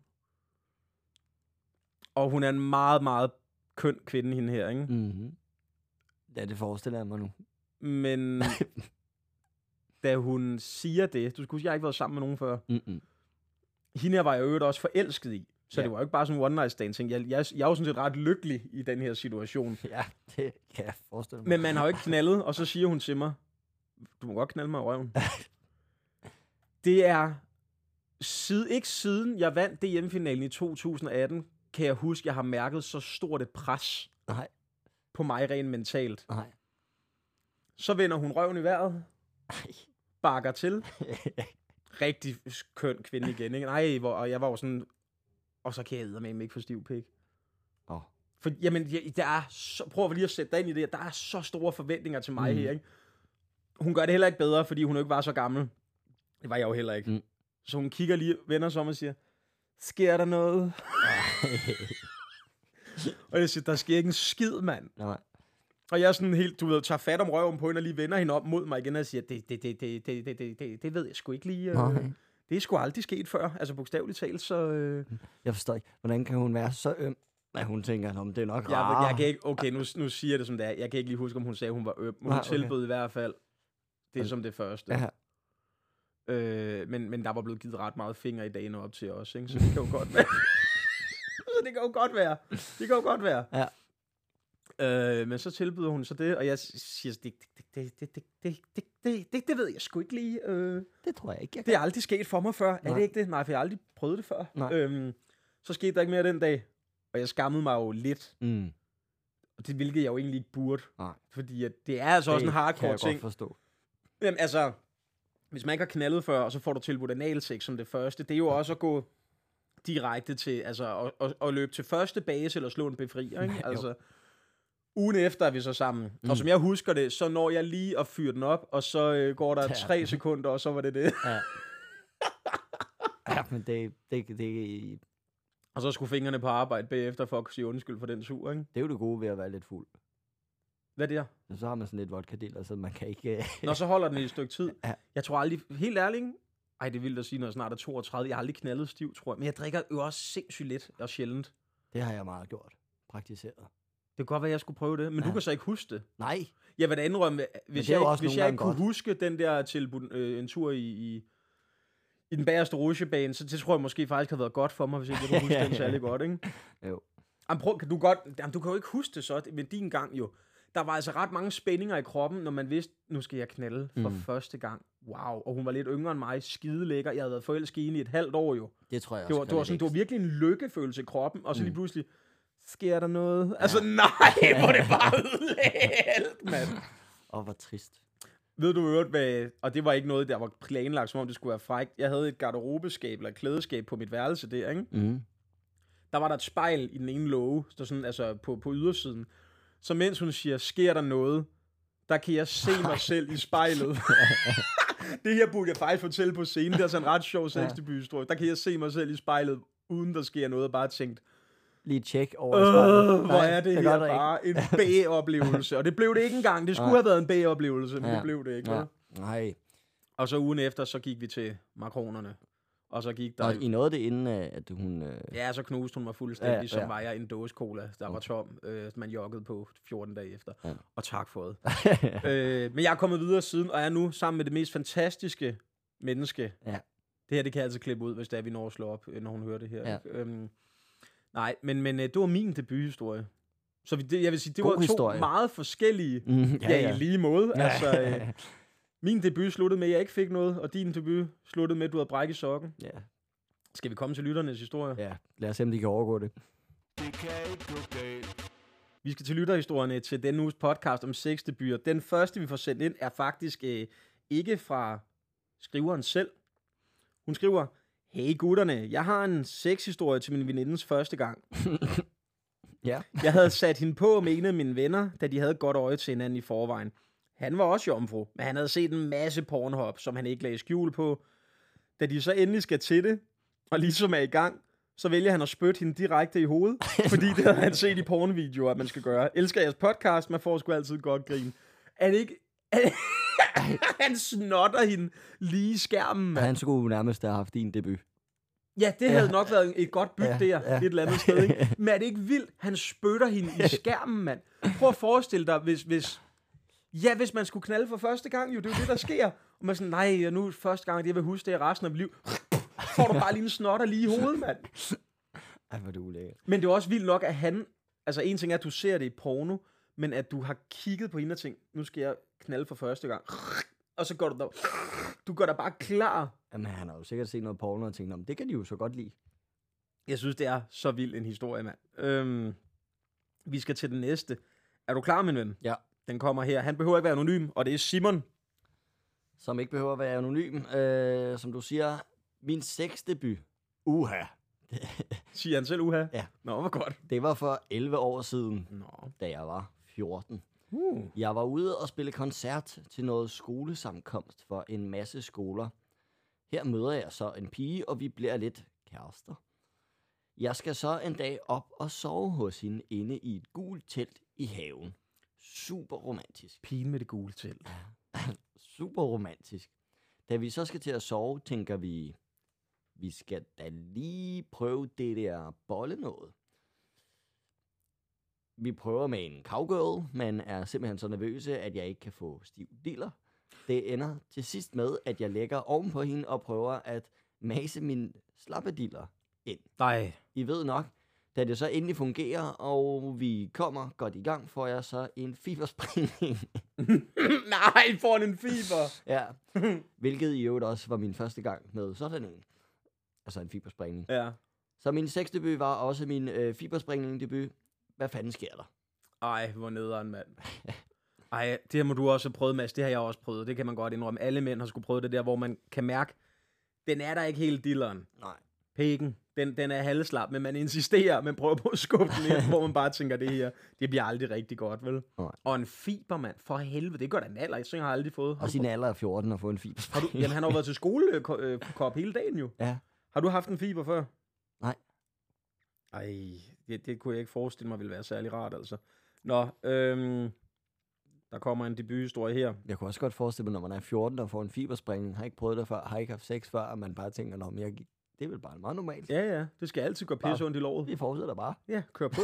Og hun er en meget, meget køn kvinde, hende her, ikke? Mm-hmm. Ja, det forestiller jeg mig nu. Men da hun siger det, du skal huske, jeg har ikke været sammen med nogen før. Mm-mm. Hende her var jeg jo øvrigt også forelsket i. Så Ja. det var jo ikke bare sådan en one night stand ting. Jeg, jeg, jeg er jo sådan set ret lykkelig i den her situation. Ja, det kan jeg forestille mig. Men man har jo ikke knaldet, og så siger hun til mig, du må godt knalde mig i røven. Det er side, ikke siden jeg vandt D M-finalen i to tusind atten, kan jeg huske, jeg har mærket så stort et pres Nej, på mig rent mentalt. nej. Så vender hun røven i vejret, Ej. bakker til. Rigtig køn kvinde igen, ikke? Nej, hvor, og jeg var jo sådan, og så kan jeg eddermame ikke få stiv pik. Åh. For, jamen, ja, der er så, prøv lige at sætte dig ind i det. Der er så store forventninger til mig mm. her, ikke? Hun gør det heller ikke bedre, fordi hun jo ikke var så gammel. Det var jeg jo heller ikke. Mm. Så hun kigger lige, vender sig om og siger, sker der noget? Og jeg siger, der sker ikke en skid, mand. Nej. Og jeg er sådan helt, du ved, tager fat om røven på hende og lige vender hende op mod mig igen og siger, det, det, det, det, det, det, det, det, det ved jeg sgu ikke lige. Øh, det er sgu aldrig sket før, altså bogstaveligt talt, så... Øh... Jeg forstår ikke, hvordan kan hun være så øm, at hun tænker, om det er nok jeg, rart. jeg kan ikke, okay, nu, nu siger jeg det som det er. Jeg kan ikke lige huske, om hun sagde, hun var øm. Men hun okay. tilbød i hvert fald det er som det første. Ja. Øh, men, men der var blevet givet ret meget finger i dagene op til os, ikke? Så det kan jo godt være. så det kan jo godt være. Det kan jo godt være. Ja. Øh, men så tilbyder hun så det, og jeg siger, det, det, det, det, det, det, det, det, det, det ved jeg sgu ikke lige. Øh, det tror jeg ikke, jeg Det er aldrig sket for mig før. Nej. Er det ikke det? Nej, for jeg har aldrig prøvet det før. Øhm, så skete der ikke mere den dag, og jeg skammede mig jo lidt. Mm. Og det hvilket jeg jo egentlig ikke burde. Nej. Fordi at det er altså det også en hardcore kan jeg ting. Godt forstå. Jamen altså, hvis man ikke har knaldet før, og så får du tilbudt analsex som det første, det er jo også at gå direkte til, altså at, at, at løbe til første base eller slå en befrier, ikke? Altså, ugen efter er vi så sammen. Mm. Og som jeg husker det, så når jeg lige at fyre den op, og så øh, går der tre sekunder, og så var det det. Ja, ja men det, det, det... Og så skulle fingrene på arbejde bagefter for at sige undskyld for den sur, ikke? Det er jo det gode ved at være lidt fuld. Hvad er det her? Så har man sådan lidt vodka-dealer, så man kan ikke... Nå, så holder den i et stykke tid. Ja. Jeg tror aldrig, helt ærligt, ej, det er vildt at sige, når jeg snart er toogtredive. Jeg har aldrig knaldet stiv, tror jeg. Men jeg drikker jo også sindssygt lidt og sjældent. Det har jeg meget gjort. Praktiseret. Det kan godt være, jeg skulle prøve det. Men ja. Du kan så ikke huske det. Nej. Jeg vil da indrømme, hvis jeg, hvis jeg ikke kunne godt. huske den der tilbud, øh, en tur i, i, i den bagerste rutsjebane, så det tror jeg måske faktisk havde været godt for mig, hvis ikke jeg kunne huske den særlig godt, ikke? Jo. Jamen, prøv, kan du, godt, jamen, du kan jo ikke huske det så, men din gang jo. Der var altså ret mange spændinger i kroppen, når man vidste, nu skal jeg knalde for mm. første gang. Wow, og hun var lidt yngre end mig, skide lækker. Jeg havde været forelsket i hende i et halvt år jo. Det tror jeg det var, også. det var, sådan, det var virkelig en lykkefølelse i kroppen, og så mm. lige pludselig, sker der noget? Ja. Altså nej, hvor det bare ødelagt, mand. Åh, hvor trist. Ved du øvrigt, hvad, og det var ikke noget, der var planlagt, som om det skulle være frækt. Jeg havde et garderobeskab, eller et klædeskab på mit værelse der, ikke? Mm. Der var der et spejl i den ene låge, der sådan, altså på, på ydersiden. Så mens hun siger, sker der noget, der kan jeg se mig selv i spejlet. Det her burde jeg faktisk fortælle på scenen. Det er sådan en ret sjov sexdebuthistorie. Der kan jeg se mig selv i spejlet, uden der sker noget, og bare tænkt, lige tjek over øh, spejlet. Hvor er det, det her bare ikke. En B-oplevelse. Og det blev det ikke engang. Det skulle Nej. have været en B-oplevelse, men ja. det blev det ikke. Ja. Nej. Og så ugen efter, så gik vi til makronerne. Og så gik der... Og I nåede det inden, at hun... Øh... Ja, så knuste hun mig fuldstændig, ja, ja. som var jeg en dåse cola, der okay. var tom, øh, man joggede på fjorten dage efter. Ja. Og tak for det. øh, men jeg er kommet videre siden, og er nu sammen med det mest fantastiske menneske. Ja. Det her, det kan jeg altså klippe ud, hvis det er, vi når at slå op, når hun hører det her. Ja. Øhm, nej, men, men det var min debuthistorie. Så vi, det, jeg vil sige, det God var to historie. meget forskellige, mm, ja, ja, ja. i lige måde. Ja. Altså... Øh, min debut sluttede med, at jeg ikke fik noget, og din debut sluttede med, at du havde brækket sokken. Ja. Skal vi komme til lytternes historie? Ja, lad os se, om de kan overgå det. Det kan ikke gå galt. Vi skal til lytterhistorierne til denne uges podcast om sexdebuter. Den første, vi får sendt ind, er faktisk øh, ikke fra skriveren selv. Hun skriver, hey gutterne, jeg har en sexhistorie til min venindens første gang. Ja. Jeg havde sat hende på med en af mine venner, da de havde et godt øje til hinanden i forvejen. Han var også jomfru, men han havde set en masse Pornhub, som han ikke lagde skjul på. Da de så endelig skal til det, og ligesom er i gang, så vælger han at spytte hende direkte i hovedet, fordi det havde han set i pornovideoer, at man skal gøre. Elsker jeres podcast, man får sgu altid godt grin. Er det ikke... Han snotter hende lige i skærmen, mand. Han skulle nærmest have haft din debut. Ja, det havde ja. nok været et godt byt ja, der, ja. et eller andet sted, ikke? Men er det ikke vildt? Han spytter hende i skærmen, mand. Prøv at forestille dig, hvis... hvis Ja, hvis man skulle knalde for første gang, jo, det er jo det, der sker. Og man er sådan, nej, nu er første gang, at jeg vil huske det i resten af mit liv. Får du bare lige en snotter lige i hovedet, mand. Ej, hvor er det ulækkert. Men det er også vildt nok, at han... Altså, en ting er, at du ser det i porno, men at du har kigget på hende og tænkt, nu skal jeg knalde for første gang. Og så går du der... Du går da bare klar. Jamen, han har jo sikkert set noget porno og tænkt, det kan de jo så godt lide. Jeg synes, det er så vild en historie, mand. Øhm, vi skal til den næste. Er du klar, min ven? Ja. Den kommer her. Han behøver ikke være anonym, og det er Simon. Som ikke behøver at være anonym. Øh, som du siger, min sexdebut. Uha. Siger han selv uha? Ja. Nå, hvor godt. Det var for elleve år siden, Nå. da jeg var fjorten. Uh. Jeg var ude og spille koncert til noget skolesammenkomst for en masse skoler. Her møder jeg så en pige, og vi bliver lidt kærester. Jeg skal så en dag op og sove hos hende inde i et gult telt i haven. Super romantisk. Pigen med det gule telt. Super romantisk. Da vi så skal til at sove, tænker vi, vi skal da lige prøve det der bolle noget. Vi prøver med en cowgirl, men er simpelthen så nervøse, at jeg ikke kan få stiv diller. Det ender til sidst med, at jeg lægger oven på hende og prøver at mase min slappediller ind. Nej. I ved nok, da det så endelig fungerer, og vi kommer godt i gang, får jeg så en fiberspringning. Nej, får en fiber. Ja, hvilket i øvrigt også var min første gang med sådan en. Altså en fiberspringning. Ja. Så min sexdebut var også min øh, fiberspringning debut. Hvad fanden sker der? Ej, hvor nederen, mand. Ej, det her må du også have prøvet, Mads. Det har jeg også prøvet. Det kan man godt indrømme. Alle mænd har sgu prøvet det der, hvor man kan mærke, den er der ikke helt dilleren. Nej. Pikken, den, den er halvslap, men man insisterer, man prøver på at skubbe den ind, hvor man bare tænker, det her, det bliver aldrig rigtig godt, vel? Nej. Og en fiber, mand, for helvede, det gør da en alder, jeg har aldrig fået. Har Og du sin prøvet- alder er fjorten og få en har du, fiberspringning. jamen, han har jo været til skolekop hele dagen jo. Ja. Har du haft en fiber før? Nej. Ej, det, det kunne jeg ikke forestille mig ville være særlig rart, altså. Nå, øhm, der kommer en debuthistorie her. Jeg kunne også godt forestille mig, når man er fjorten og får en fiberspringning, har ikke prøvet det før, har ikke haft sex før, og man bare tænker, nå, men jeg, det er vel bare meget normalt. Ja, ja, det skal altid gå pisse ondt i låret. Vi fortsætter bare. Ja, kør på.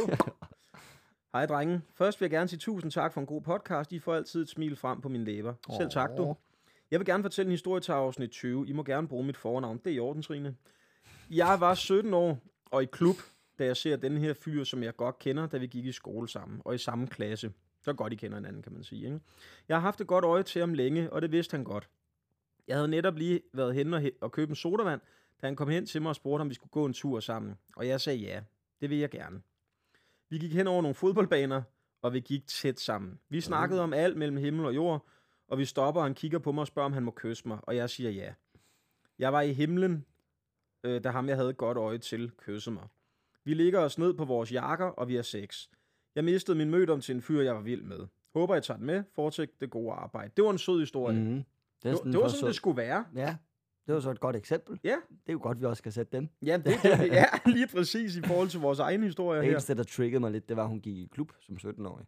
Hej, drenge. Først vil jeg gerne sige tusind tak for en god podcast. I får altid et smil frem på mine læber. Selv tak, du. Jeg vil gerne fortælle en historie til afsnit tyve. I må gerne bruge mit fornavn. Det er i orden, Trine. Jeg var sytten år og i klub, da jeg ser den her fyr, som jeg godt kender, da vi gik i skole sammen og i samme klasse. Så godt, I kender hinanden, kan man sige. Ikke? Jeg har haft et godt øje til ham længe, og det vidste han godt. Jeg havde netop lige været hen og, og købt en sodavand, da han kom hen til mig og spurgte, om vi skulle gå en tur sammen. Og jeg sagde ja, det vil jeg gerne. Vi gik hen over nogle fodboldbaner, og vi gik tæt sammen. Vi snakkede om alt mellem himmel og jord, og vi stopper, og han kigger på mig og spørger, om han må kysse mig, og jeg siger ja. Jeg var i himlen, øh, da ham, jeg havde et godt øje til, kyssede mig. Vi ligger os ned på vores jakker, og vi har sex. Jeg mistede min mødom til en fyr, jeg var vild med. Håber, jeg tager den med. Fortsæt det gode arbejde. Det var en sød historie. Mm-hmm. Det, det, det var sådan, det skulle være. Ja, det var så et godt eksempel. Ja. Det er jo godt, vi også skal sætte den. Ja, det, det, det er lige præcis i forhold til vores egen historie Det her. eneste, der triggede mig lidt, det var, at hun gik i klub som sytten-årig.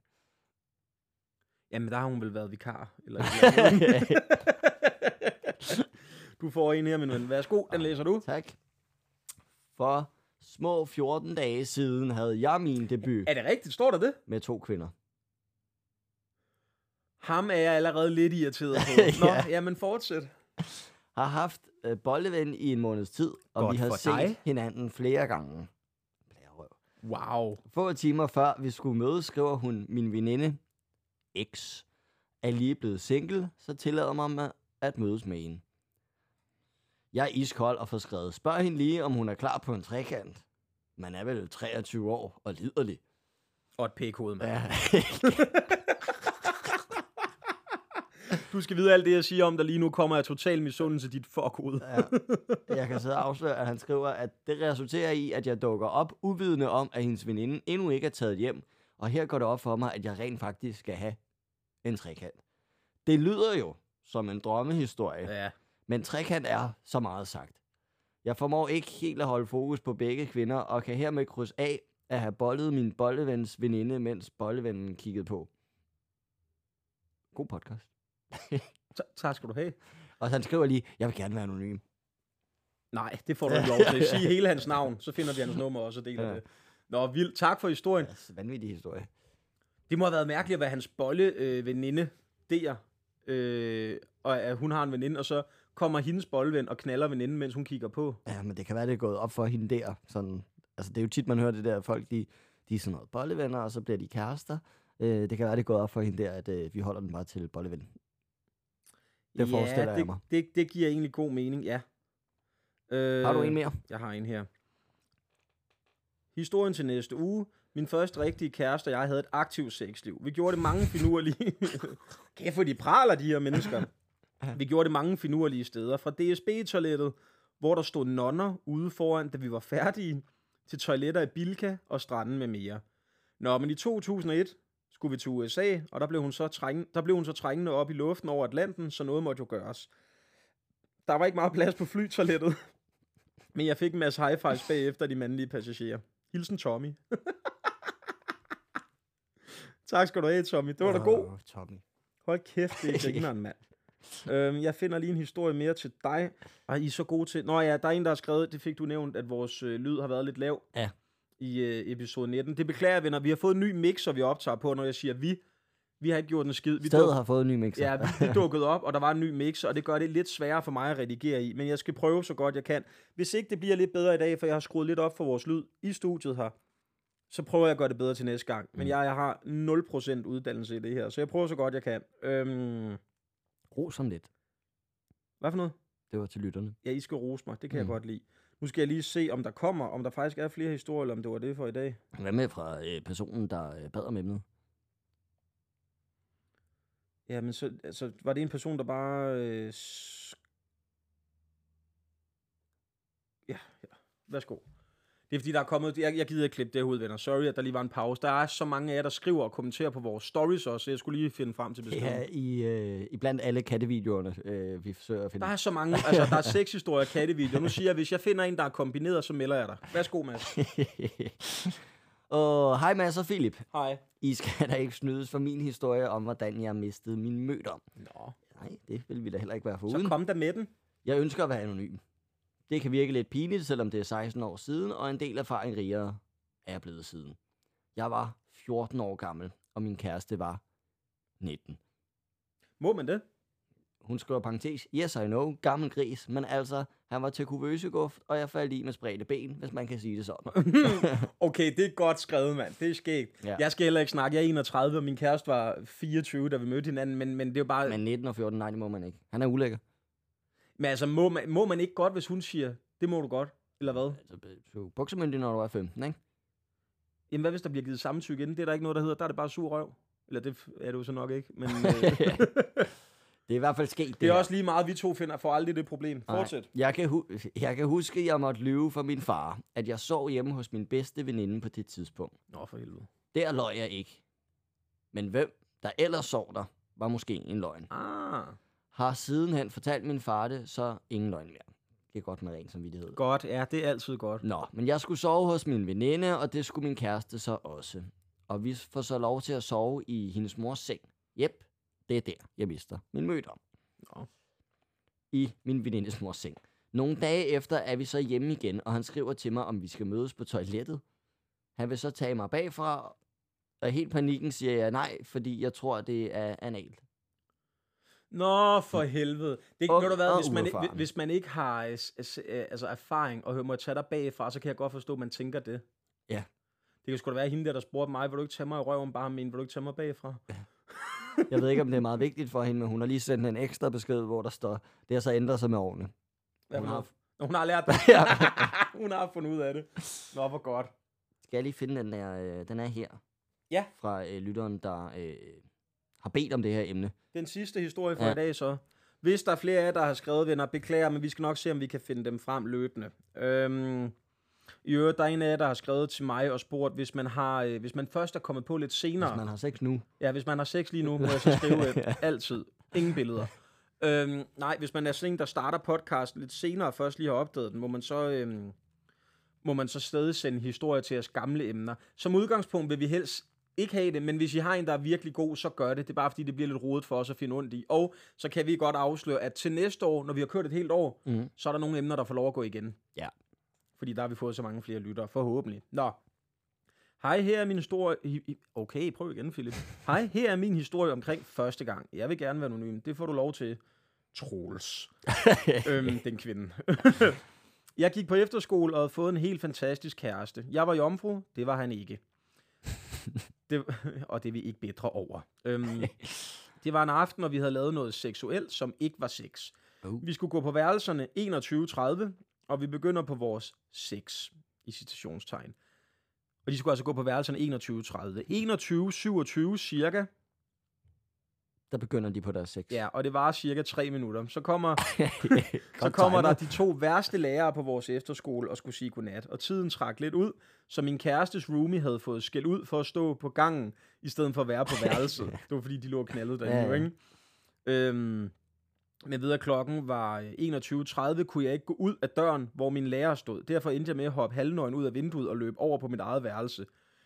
Jamen, der har hun vel været vikar. Eller et eller andet. Du får en her, min ven. Værsgo, den læser du. Tak. For små fjorten dage siden havde jeg min debut Er det rigtigt? Står der det? med to kvinder. Ham er jeg allerede lidt irriteret på. Nå, Ja. jamen fortsæt. Har haft øh, bolleven i en måneds tid, og Godt vi har for set dig. hinanden flere gange. Blærerøv. Wow. Få timer før vi skulle mødes, skriver hun, min veninde X er lige blevet single, så tillader mig med at mødes med hende. Jeg er iskold og får skrevet, spørg hende lige, om hun er klar på en trekant. Man er vel treogtyve år og liderlig. Og et pækhoved, mand. Ja. Du skal vide alt det, jeg siger om, der lige nu kommer jeg totalt misundelse til dit fuckhoved. Ja. Jeg kan så afsløre, at han skriver, at det resulterer i, at jeg dukker op uvidende om, at hendes veninde endnu ikke er taget hjem. Og her går det op for mig, at jeg rent faktisk skal have en trekant. Det lyder jo som en drømmehistorie, Ja. men trekant er så meget sagt. Jeg formår ikke helt at holde fokus på begge kvinder, og kan hermed krydse af at have bollet min bollevens veninde, mens bollevennen kiggede på. God podcast. Ta- tak skal du have. Og han skriver lige, jeg vil gerne være anonym. Nej, det får du ikke lov til. Sig hele hans navn, så finder vi hans nummer også og deler Ja. det. Nå, vildt. Tak for historien. Altså, vanvittig historie. Det må have været mærkeligt at være hans bolle øh, veninde der, øh, og at hun har en veninde, og så kommer hendes bolleven og knaller veninden, mens hun kigger på. Ja, men det kan være, det er gået op for hende der. Sådan, altså, det er jo tit, man hører det der, at folk, de, de er sådan noget bollevenner, og så bliver de kærester. Øh, det kan være, det er gået op for hende der, at øh, vi holder den bare til bolleven. Det forestiller ja, jeg det, mig. Det, det giver egentlig god mening, ja. Øh, Har du en mere? Jeg har en her. Historien til næste uge. Min første rigtige kæreste og jeg havde et aktivt sexliv. Vi gjorde det mange finurlige... Kæft, for de praler, de her mennesker. Vi gjorde det mange finurlige steder. Fra D S B-toilettet hvor der stod nonner ude foran, da vi var færdige, til toiletter i Bilka og stranden med mere. Nå, men i to tusind og et skulle vi til U S A, og der blev hun så, træng, der blev hun så trængende op i luften over Atlanten, så noget måtte jo gøres. Der var ikke meget plads på flytoilettet, men jeg fik en masse high fives bagefter de mandlige passagerer. Hilsen Tommy. Tak skal du have, Tommy. Det var da god. Åh, Tommy. Hold kæft, det er grineren, mand. øhm, jeg finder lige en historie mere til dig. Ej, I er så gode til... Nå ja, der er en, der har skrevet, det fik du nævnt, at vores øh, lyd har været lidt lav Ja. i øh, episode nitten. Det beklager jeg, venner. Vi har fået en ny mixer, vi optager på, når jeg siger vi. Vi har ikke gjort en skid. Vi Stedet duk- har fået en ny mixer. Ja, vi, vi dukkede op, og der var en ny mixer, og det gør det lidt sværere for mig at redigere i. Men jeg skal prøve så godt jeg kan. Hvis ikke det bliver lidt bedre i dag, for jeg har skruet lidt op for vores lyd i studiet her, så prøver jeg at gøre det bedre til næste gang. Men jeg, jeg har nul procent uddannelse i det her, så jeg prøver så godt jeg kan. Øhm, Ros som lidt. hvad for noget? Det var til lytterne. Ja, I skal rose mig. Det kan mm. Mm. jeg godt lide. Nu skal jeg lige se, om der kommer, om der faktisk er flere historier, eller om det var det for i dag. Hvad med fra øh, personen, der øh, bad om emnet? Ja, men så altså, var det en person, der bare... Øh, s- ja, ja. Værsgo. Det er fordi, der er kommet... Jeg, jeg gider ikke klippe det her ud, venner. Sorry, at der lige var en pause. Der er så mange af jer, der skriver og kommenterer på vores stories også, så jeg skulle lige finde frem til beskeden. Ja, i, øh, i blandt alle kattevideoerne, øh, vi forsøger at finde. Der er så mange... Altså, der er seks historier kattevideoer. Nu siger jeg, hvis jeg finder en, der er kombineret, så melder jeg dig. Værsgo, Mads. Og hej Mads og Philip. Hej. I skal da ikke snydes for min historie om, hvordan jeg mistede min mødom. Nå. Nej, det vil vi da heller ikke være foruden. Så kom der med den. Jeg ønsker at være anonym. Det kan virke lidt pinligt, selvom det er seksten år siden, og en del erfaring rigere er jeg blevet siden. Jeg var fjorten år gammel, og min kæreste var nitten. Må man det? Hun skriver parentes, yes I know, gammel gris, men altså, han var til kuvøseguft, og jeg faldt i med spredte ben, hvis man kan sige det sådan. Okay, det er godt skrevet, mand. Det er skægt. Ja. Jeg skal heller ikke snakke. Jeg er enogtredive, og min kæreste var fireogtyve, da vi mødte hinanden, men, men det er jo bare... Men nitten og fjorten, nej, det må man ikke. Han er ulækker. Men altså, må man, må man ikke godt, hvis hun siger, det må du godt, eller hvad? Altså, så buksemyndig, når du er femten, ikke? Jamen, hvad hvis der bliver givet samtykke inden? Det er der ikke noget, der hedder. Der er det bare sur røv. Eller det er det jo så nok ikke. Men øh, Det er i hvert fald sket, det det er her. også lige meget, vi to finder for aldrig det problem. Fortsæt. Nej, jeg, kan hu- jeg kan huske, at jeg måtte lyve for min far, at jeg sov hjemme hos min bedste veninde på det tidspunkt. Nå, for helvede. Der løj jeg ikke. Men hvem der ellers sov der, var måske en løgn. Ah, Har sidenhen fortalt min far det, så ingen løgn mere. Det er godt med ren samvittighed. godt. Ja, det er altid godt. Nå, men jeg skulle sove hos min veninde, og det skulle min kæreste så også. Og vi får så lov til at sove i hendes mors seng. Jep, det er der, jeg mister min mødom. Nå. I min venindes mors seng. Nogle dage efter er vi så hjemme igen, og han skriver til mig, om vi skal mødes på toilettet. Han vil så tage mig bagfra, og helt panikken siger jeg nej, fordi jeg tror, det er analt. Nå, for helvede. Det, Og- ved du hvad, og hvis man, ikke, uerfaren. hvis man ikke har øh, s- s- øh, altså erfaring, og må tage dig bagfra, så kan jeg godt forstå, at man tænker det. Ja. Det kan sgu da være hende der, der spurgte mig, vil du ikke tage mig i røven, bare men vil du ikke tage mig bagfra? Jeg ved ikke, om det er meget vigtigt for hende, men hun har lige sendt en ekstra besked, hvor der står, det har så ændret sig med årene. Hvad Hun for har- noget? Nå, hun har lært det. Ja. Hun har fundet ud af det. Nå, hvor godt. Skal jeg lige finde den der, øh, den er her. Ja. Fra øh, lytteren, der øh, har bedt om det her emne. Den sidste historie for Ja. i dag så. Hvis der er flere af jer, der har skrevet, venner, beklager, men vi skal nok se, om vi kan finde dem frem løbende. Øhm, I øvrigt, der er en af jer, der har skrevet til mig og spurgt, hvis man, har, øh, hvis man først er kommet på lidt senere. Hvis man har sex nu. Ja, hvis man har sex lige nu, må jeg så skrive øh, altid. Ingen billeder. Øhm, nej, hvis man er sådan en, der starter podcasten lidt senere, og først lige har opdaget den, må man så, øhm, må man så stadig sende historier til jeres gamle emner. Som udgangspunkt vil vi helst ikke have det, men hvis I har en, der er virkelig god, så gør det. Det er bare fordi, det bliver lidt rodet for os at finde ondt i. Og så kan vi godt afsløre, at til næste år, når vi har kørt et helt år, Mm. så er der nogle emner, der får lov at gå igen. Ja. Fordi der har vi fået så mange flere lyttere, forhåbentlig. Nå. Hej, her er min historie... hi- hi- Okay, prøv igen, Philip. Hej, her er min historie omkring første gang. Jeg vil gerne være anonym. Det får du lov til. Troels. øhm, den kvinde. Jeg gik på efterskole og havde fået en helt fantastisk kæreste. Jeg var jomfru, det var han ikke. Det, og det er vi ikke bedre over. Øhm, det var en aften, hvor vi havde lavet noget seksuelt, som ikke var sex. Uh. Vi skulle gå på værelserne enogtyve tredive, og vi begynder på vores sex, i citationstegn. Og de skulle altså gå på værelserne enogtyve tredive. enogtyve syvogtyve cirka. der begynder de på deres sex. Ja, og det var cirka tre minutter. Så kommer, så Godt kommer der timet. de to værste lærere på vores efterskole og skulle sige godnat. Og tiden trak lidt ud, så min kærestes roomie havde fået skæld ud for at stå på gangen, i stedet for at være på værelset. Det var fordi, de lå og knaldede derinde, Ja, ja, ja. ikke? Øhm, men ved at klokken var enogtyve tredive, kunne jeg ikke gå ud af døren, hvor min lærer stod. Derfor endte jeg med at hoppe halvnøgen ud af vinduet og løbe over på mit eget værelse.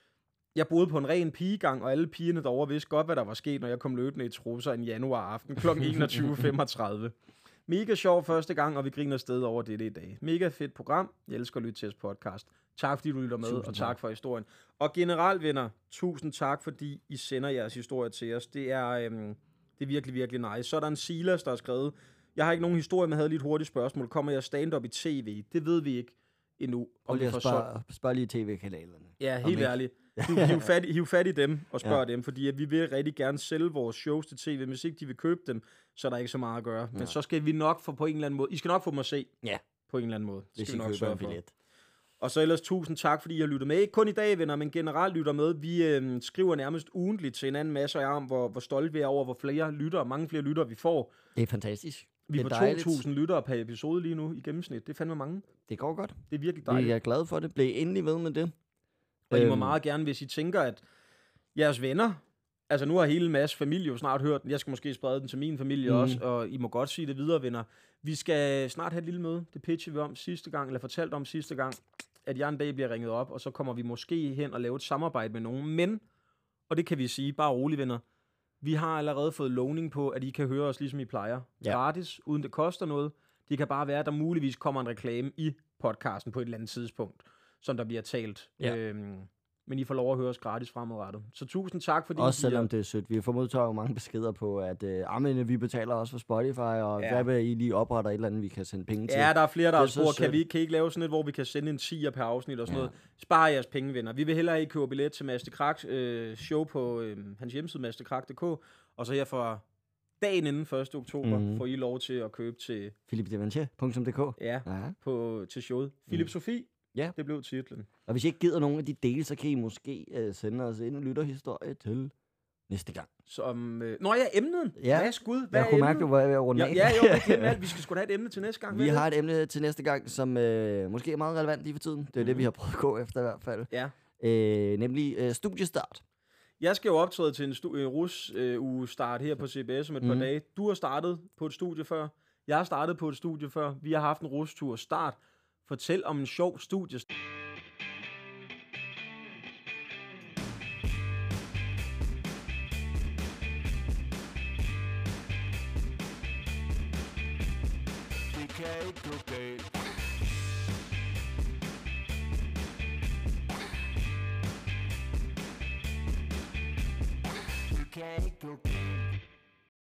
Jeg boede på en ren pigegang, og alle pigerne derovre vidste godt, hvad der var sket, når jeg kom løbende i trusser en januar aften kl. enogtyve femogtredive. Mega sjov første gang, og vi griner sted over det i dag. Mega fedt program. Jeg elsker at lytte til jeres podcast. Tak fordi du lytter med, Tusind og tak. tak for historien. Og generelt, venner, tusind tak, fordi I sender jeres historie til os. Det er, øhm, det er virkelig, virkelig nice. Så er der en Silas, der har skrevet, jeg har ikke nogen historie, men jeg havde lige et hurtigt spørgsmål. Kommer jeg stand-up i tv? Det ved vi ikke endnu. Prøv Om lige vi at får solgt. spørge, spørge lige tv-kanalerne. Ja, Om helt ikke. ærligt. Hiv, hiv, fat, i- hiv fat i dem og spørg Ja. dem, fordi at vi vil rigtig gerne sælge vores shows til tv. Hvis ikke de vil købe dem, så er der ikke så meget at gøre. Men Nej. så skal vi nok få på en eller anden måde. I skal nok få dem at se. Ja. På en eller anden måde. Det Hvis skal I vi nok køber sørge en for. billet. Og så ellers tusind tak, fordi I har lyttet med. Ikke kun i dag, venner, men generelt lytter med. Vi øh, skriver nærmest ugentligt til en anden masse af jer om, hvor, hvor stolte vi er over, hvor flere lyttere, mange flere lyttere vi får. Det er fantastisk. Vi er Det på er to dejligt. tusind lyttere per episode lige nu i gennemsnit. Det er fandme mange. Det går godt. Det er virkelig Vi dejligt. er glade for det. Bliv endelig ved med det. Og I må Øhm, meget gerne, hvis I tænker, at jeres venner, altså nu har hele masse familie jo snart hørt den, jeg skal måske sprede den til min familie Mhm. mm. også, og I må godt sige det videre, venner. Vi skal snart have et lille møde, det pitchede vi om sidste gang, eller fortalt om sidste gang, at jeg en dag bliver ringet op, og så kommer vi måske hen og lave et samarbejde med nogen, men, og det kan vi sige, bare roligt, venner, vi har allerede fået lovning på, at I kan høre os, ligesom I plejer, Ja. gratis, uden det koster noget. Det kan bare være, at der muligvis kommer en reklame i podcasten på et eller andet tidspunkt, som der bliver talt. Ja. Øhm, men I får lov at høre os gratis fremadrettet. Så tusind tak, fordi Også I selvom det er sødt. Vi får modtaget jo mange beskeder på, at øh, men, vi betaler også for Spotify, og Ja. ja. hvad vil I lige opretter et eller andet, vi kan sende penge til? Ja, der er flere, der Det har er så spurgt, kan sødt. vi, ikke, kan I ikke lave sådan et, hvor vi kan sende en tier per afsnit og sådan Ja. noget. Spar jeres penge, venner. Vi vil hellere ikke købe billet til Master Kraks øh, show på øh, hans hjemmeside, master krak punktum d k, og så her fra dagen inden første oktober, Mhm. får I lov til at købe til, philip devantier punktum d k. ja, Ja. på, til showet. Philip Sofie, Ja. det blev titlen. Og hvis I ikke gider nogen af de dele, så kan I måske øh, sende os en lytterhistorie til næste gang. Som, øh, nå ja, emnet. Ja. Hvad skud? Hvad Jeg er kunne mærke, emnet? du var ved at runde Ja, af. ja, jo, jeg glemte alt. Vi skal sgu da have et emne til næste gang. Vi Hvad er har det? et emne til næste gang, som øh, måske er meget relevant lige for tiden. Det er mm. det, vi har prøvet at gå efter i hvert fald. Ja. Øh, nemlig øh, studiestart. Jeg skal jo optræde til en stu- øh, rus øh, uge start her på C B S om et mm. par Mhm. dage. Du har startet på et studie før. Jeg har startet på et studie før. Vi har haft en rustur start. Fortæl om en sjov studie. Det kan ikke gå galt. Det kan ikke gå galt.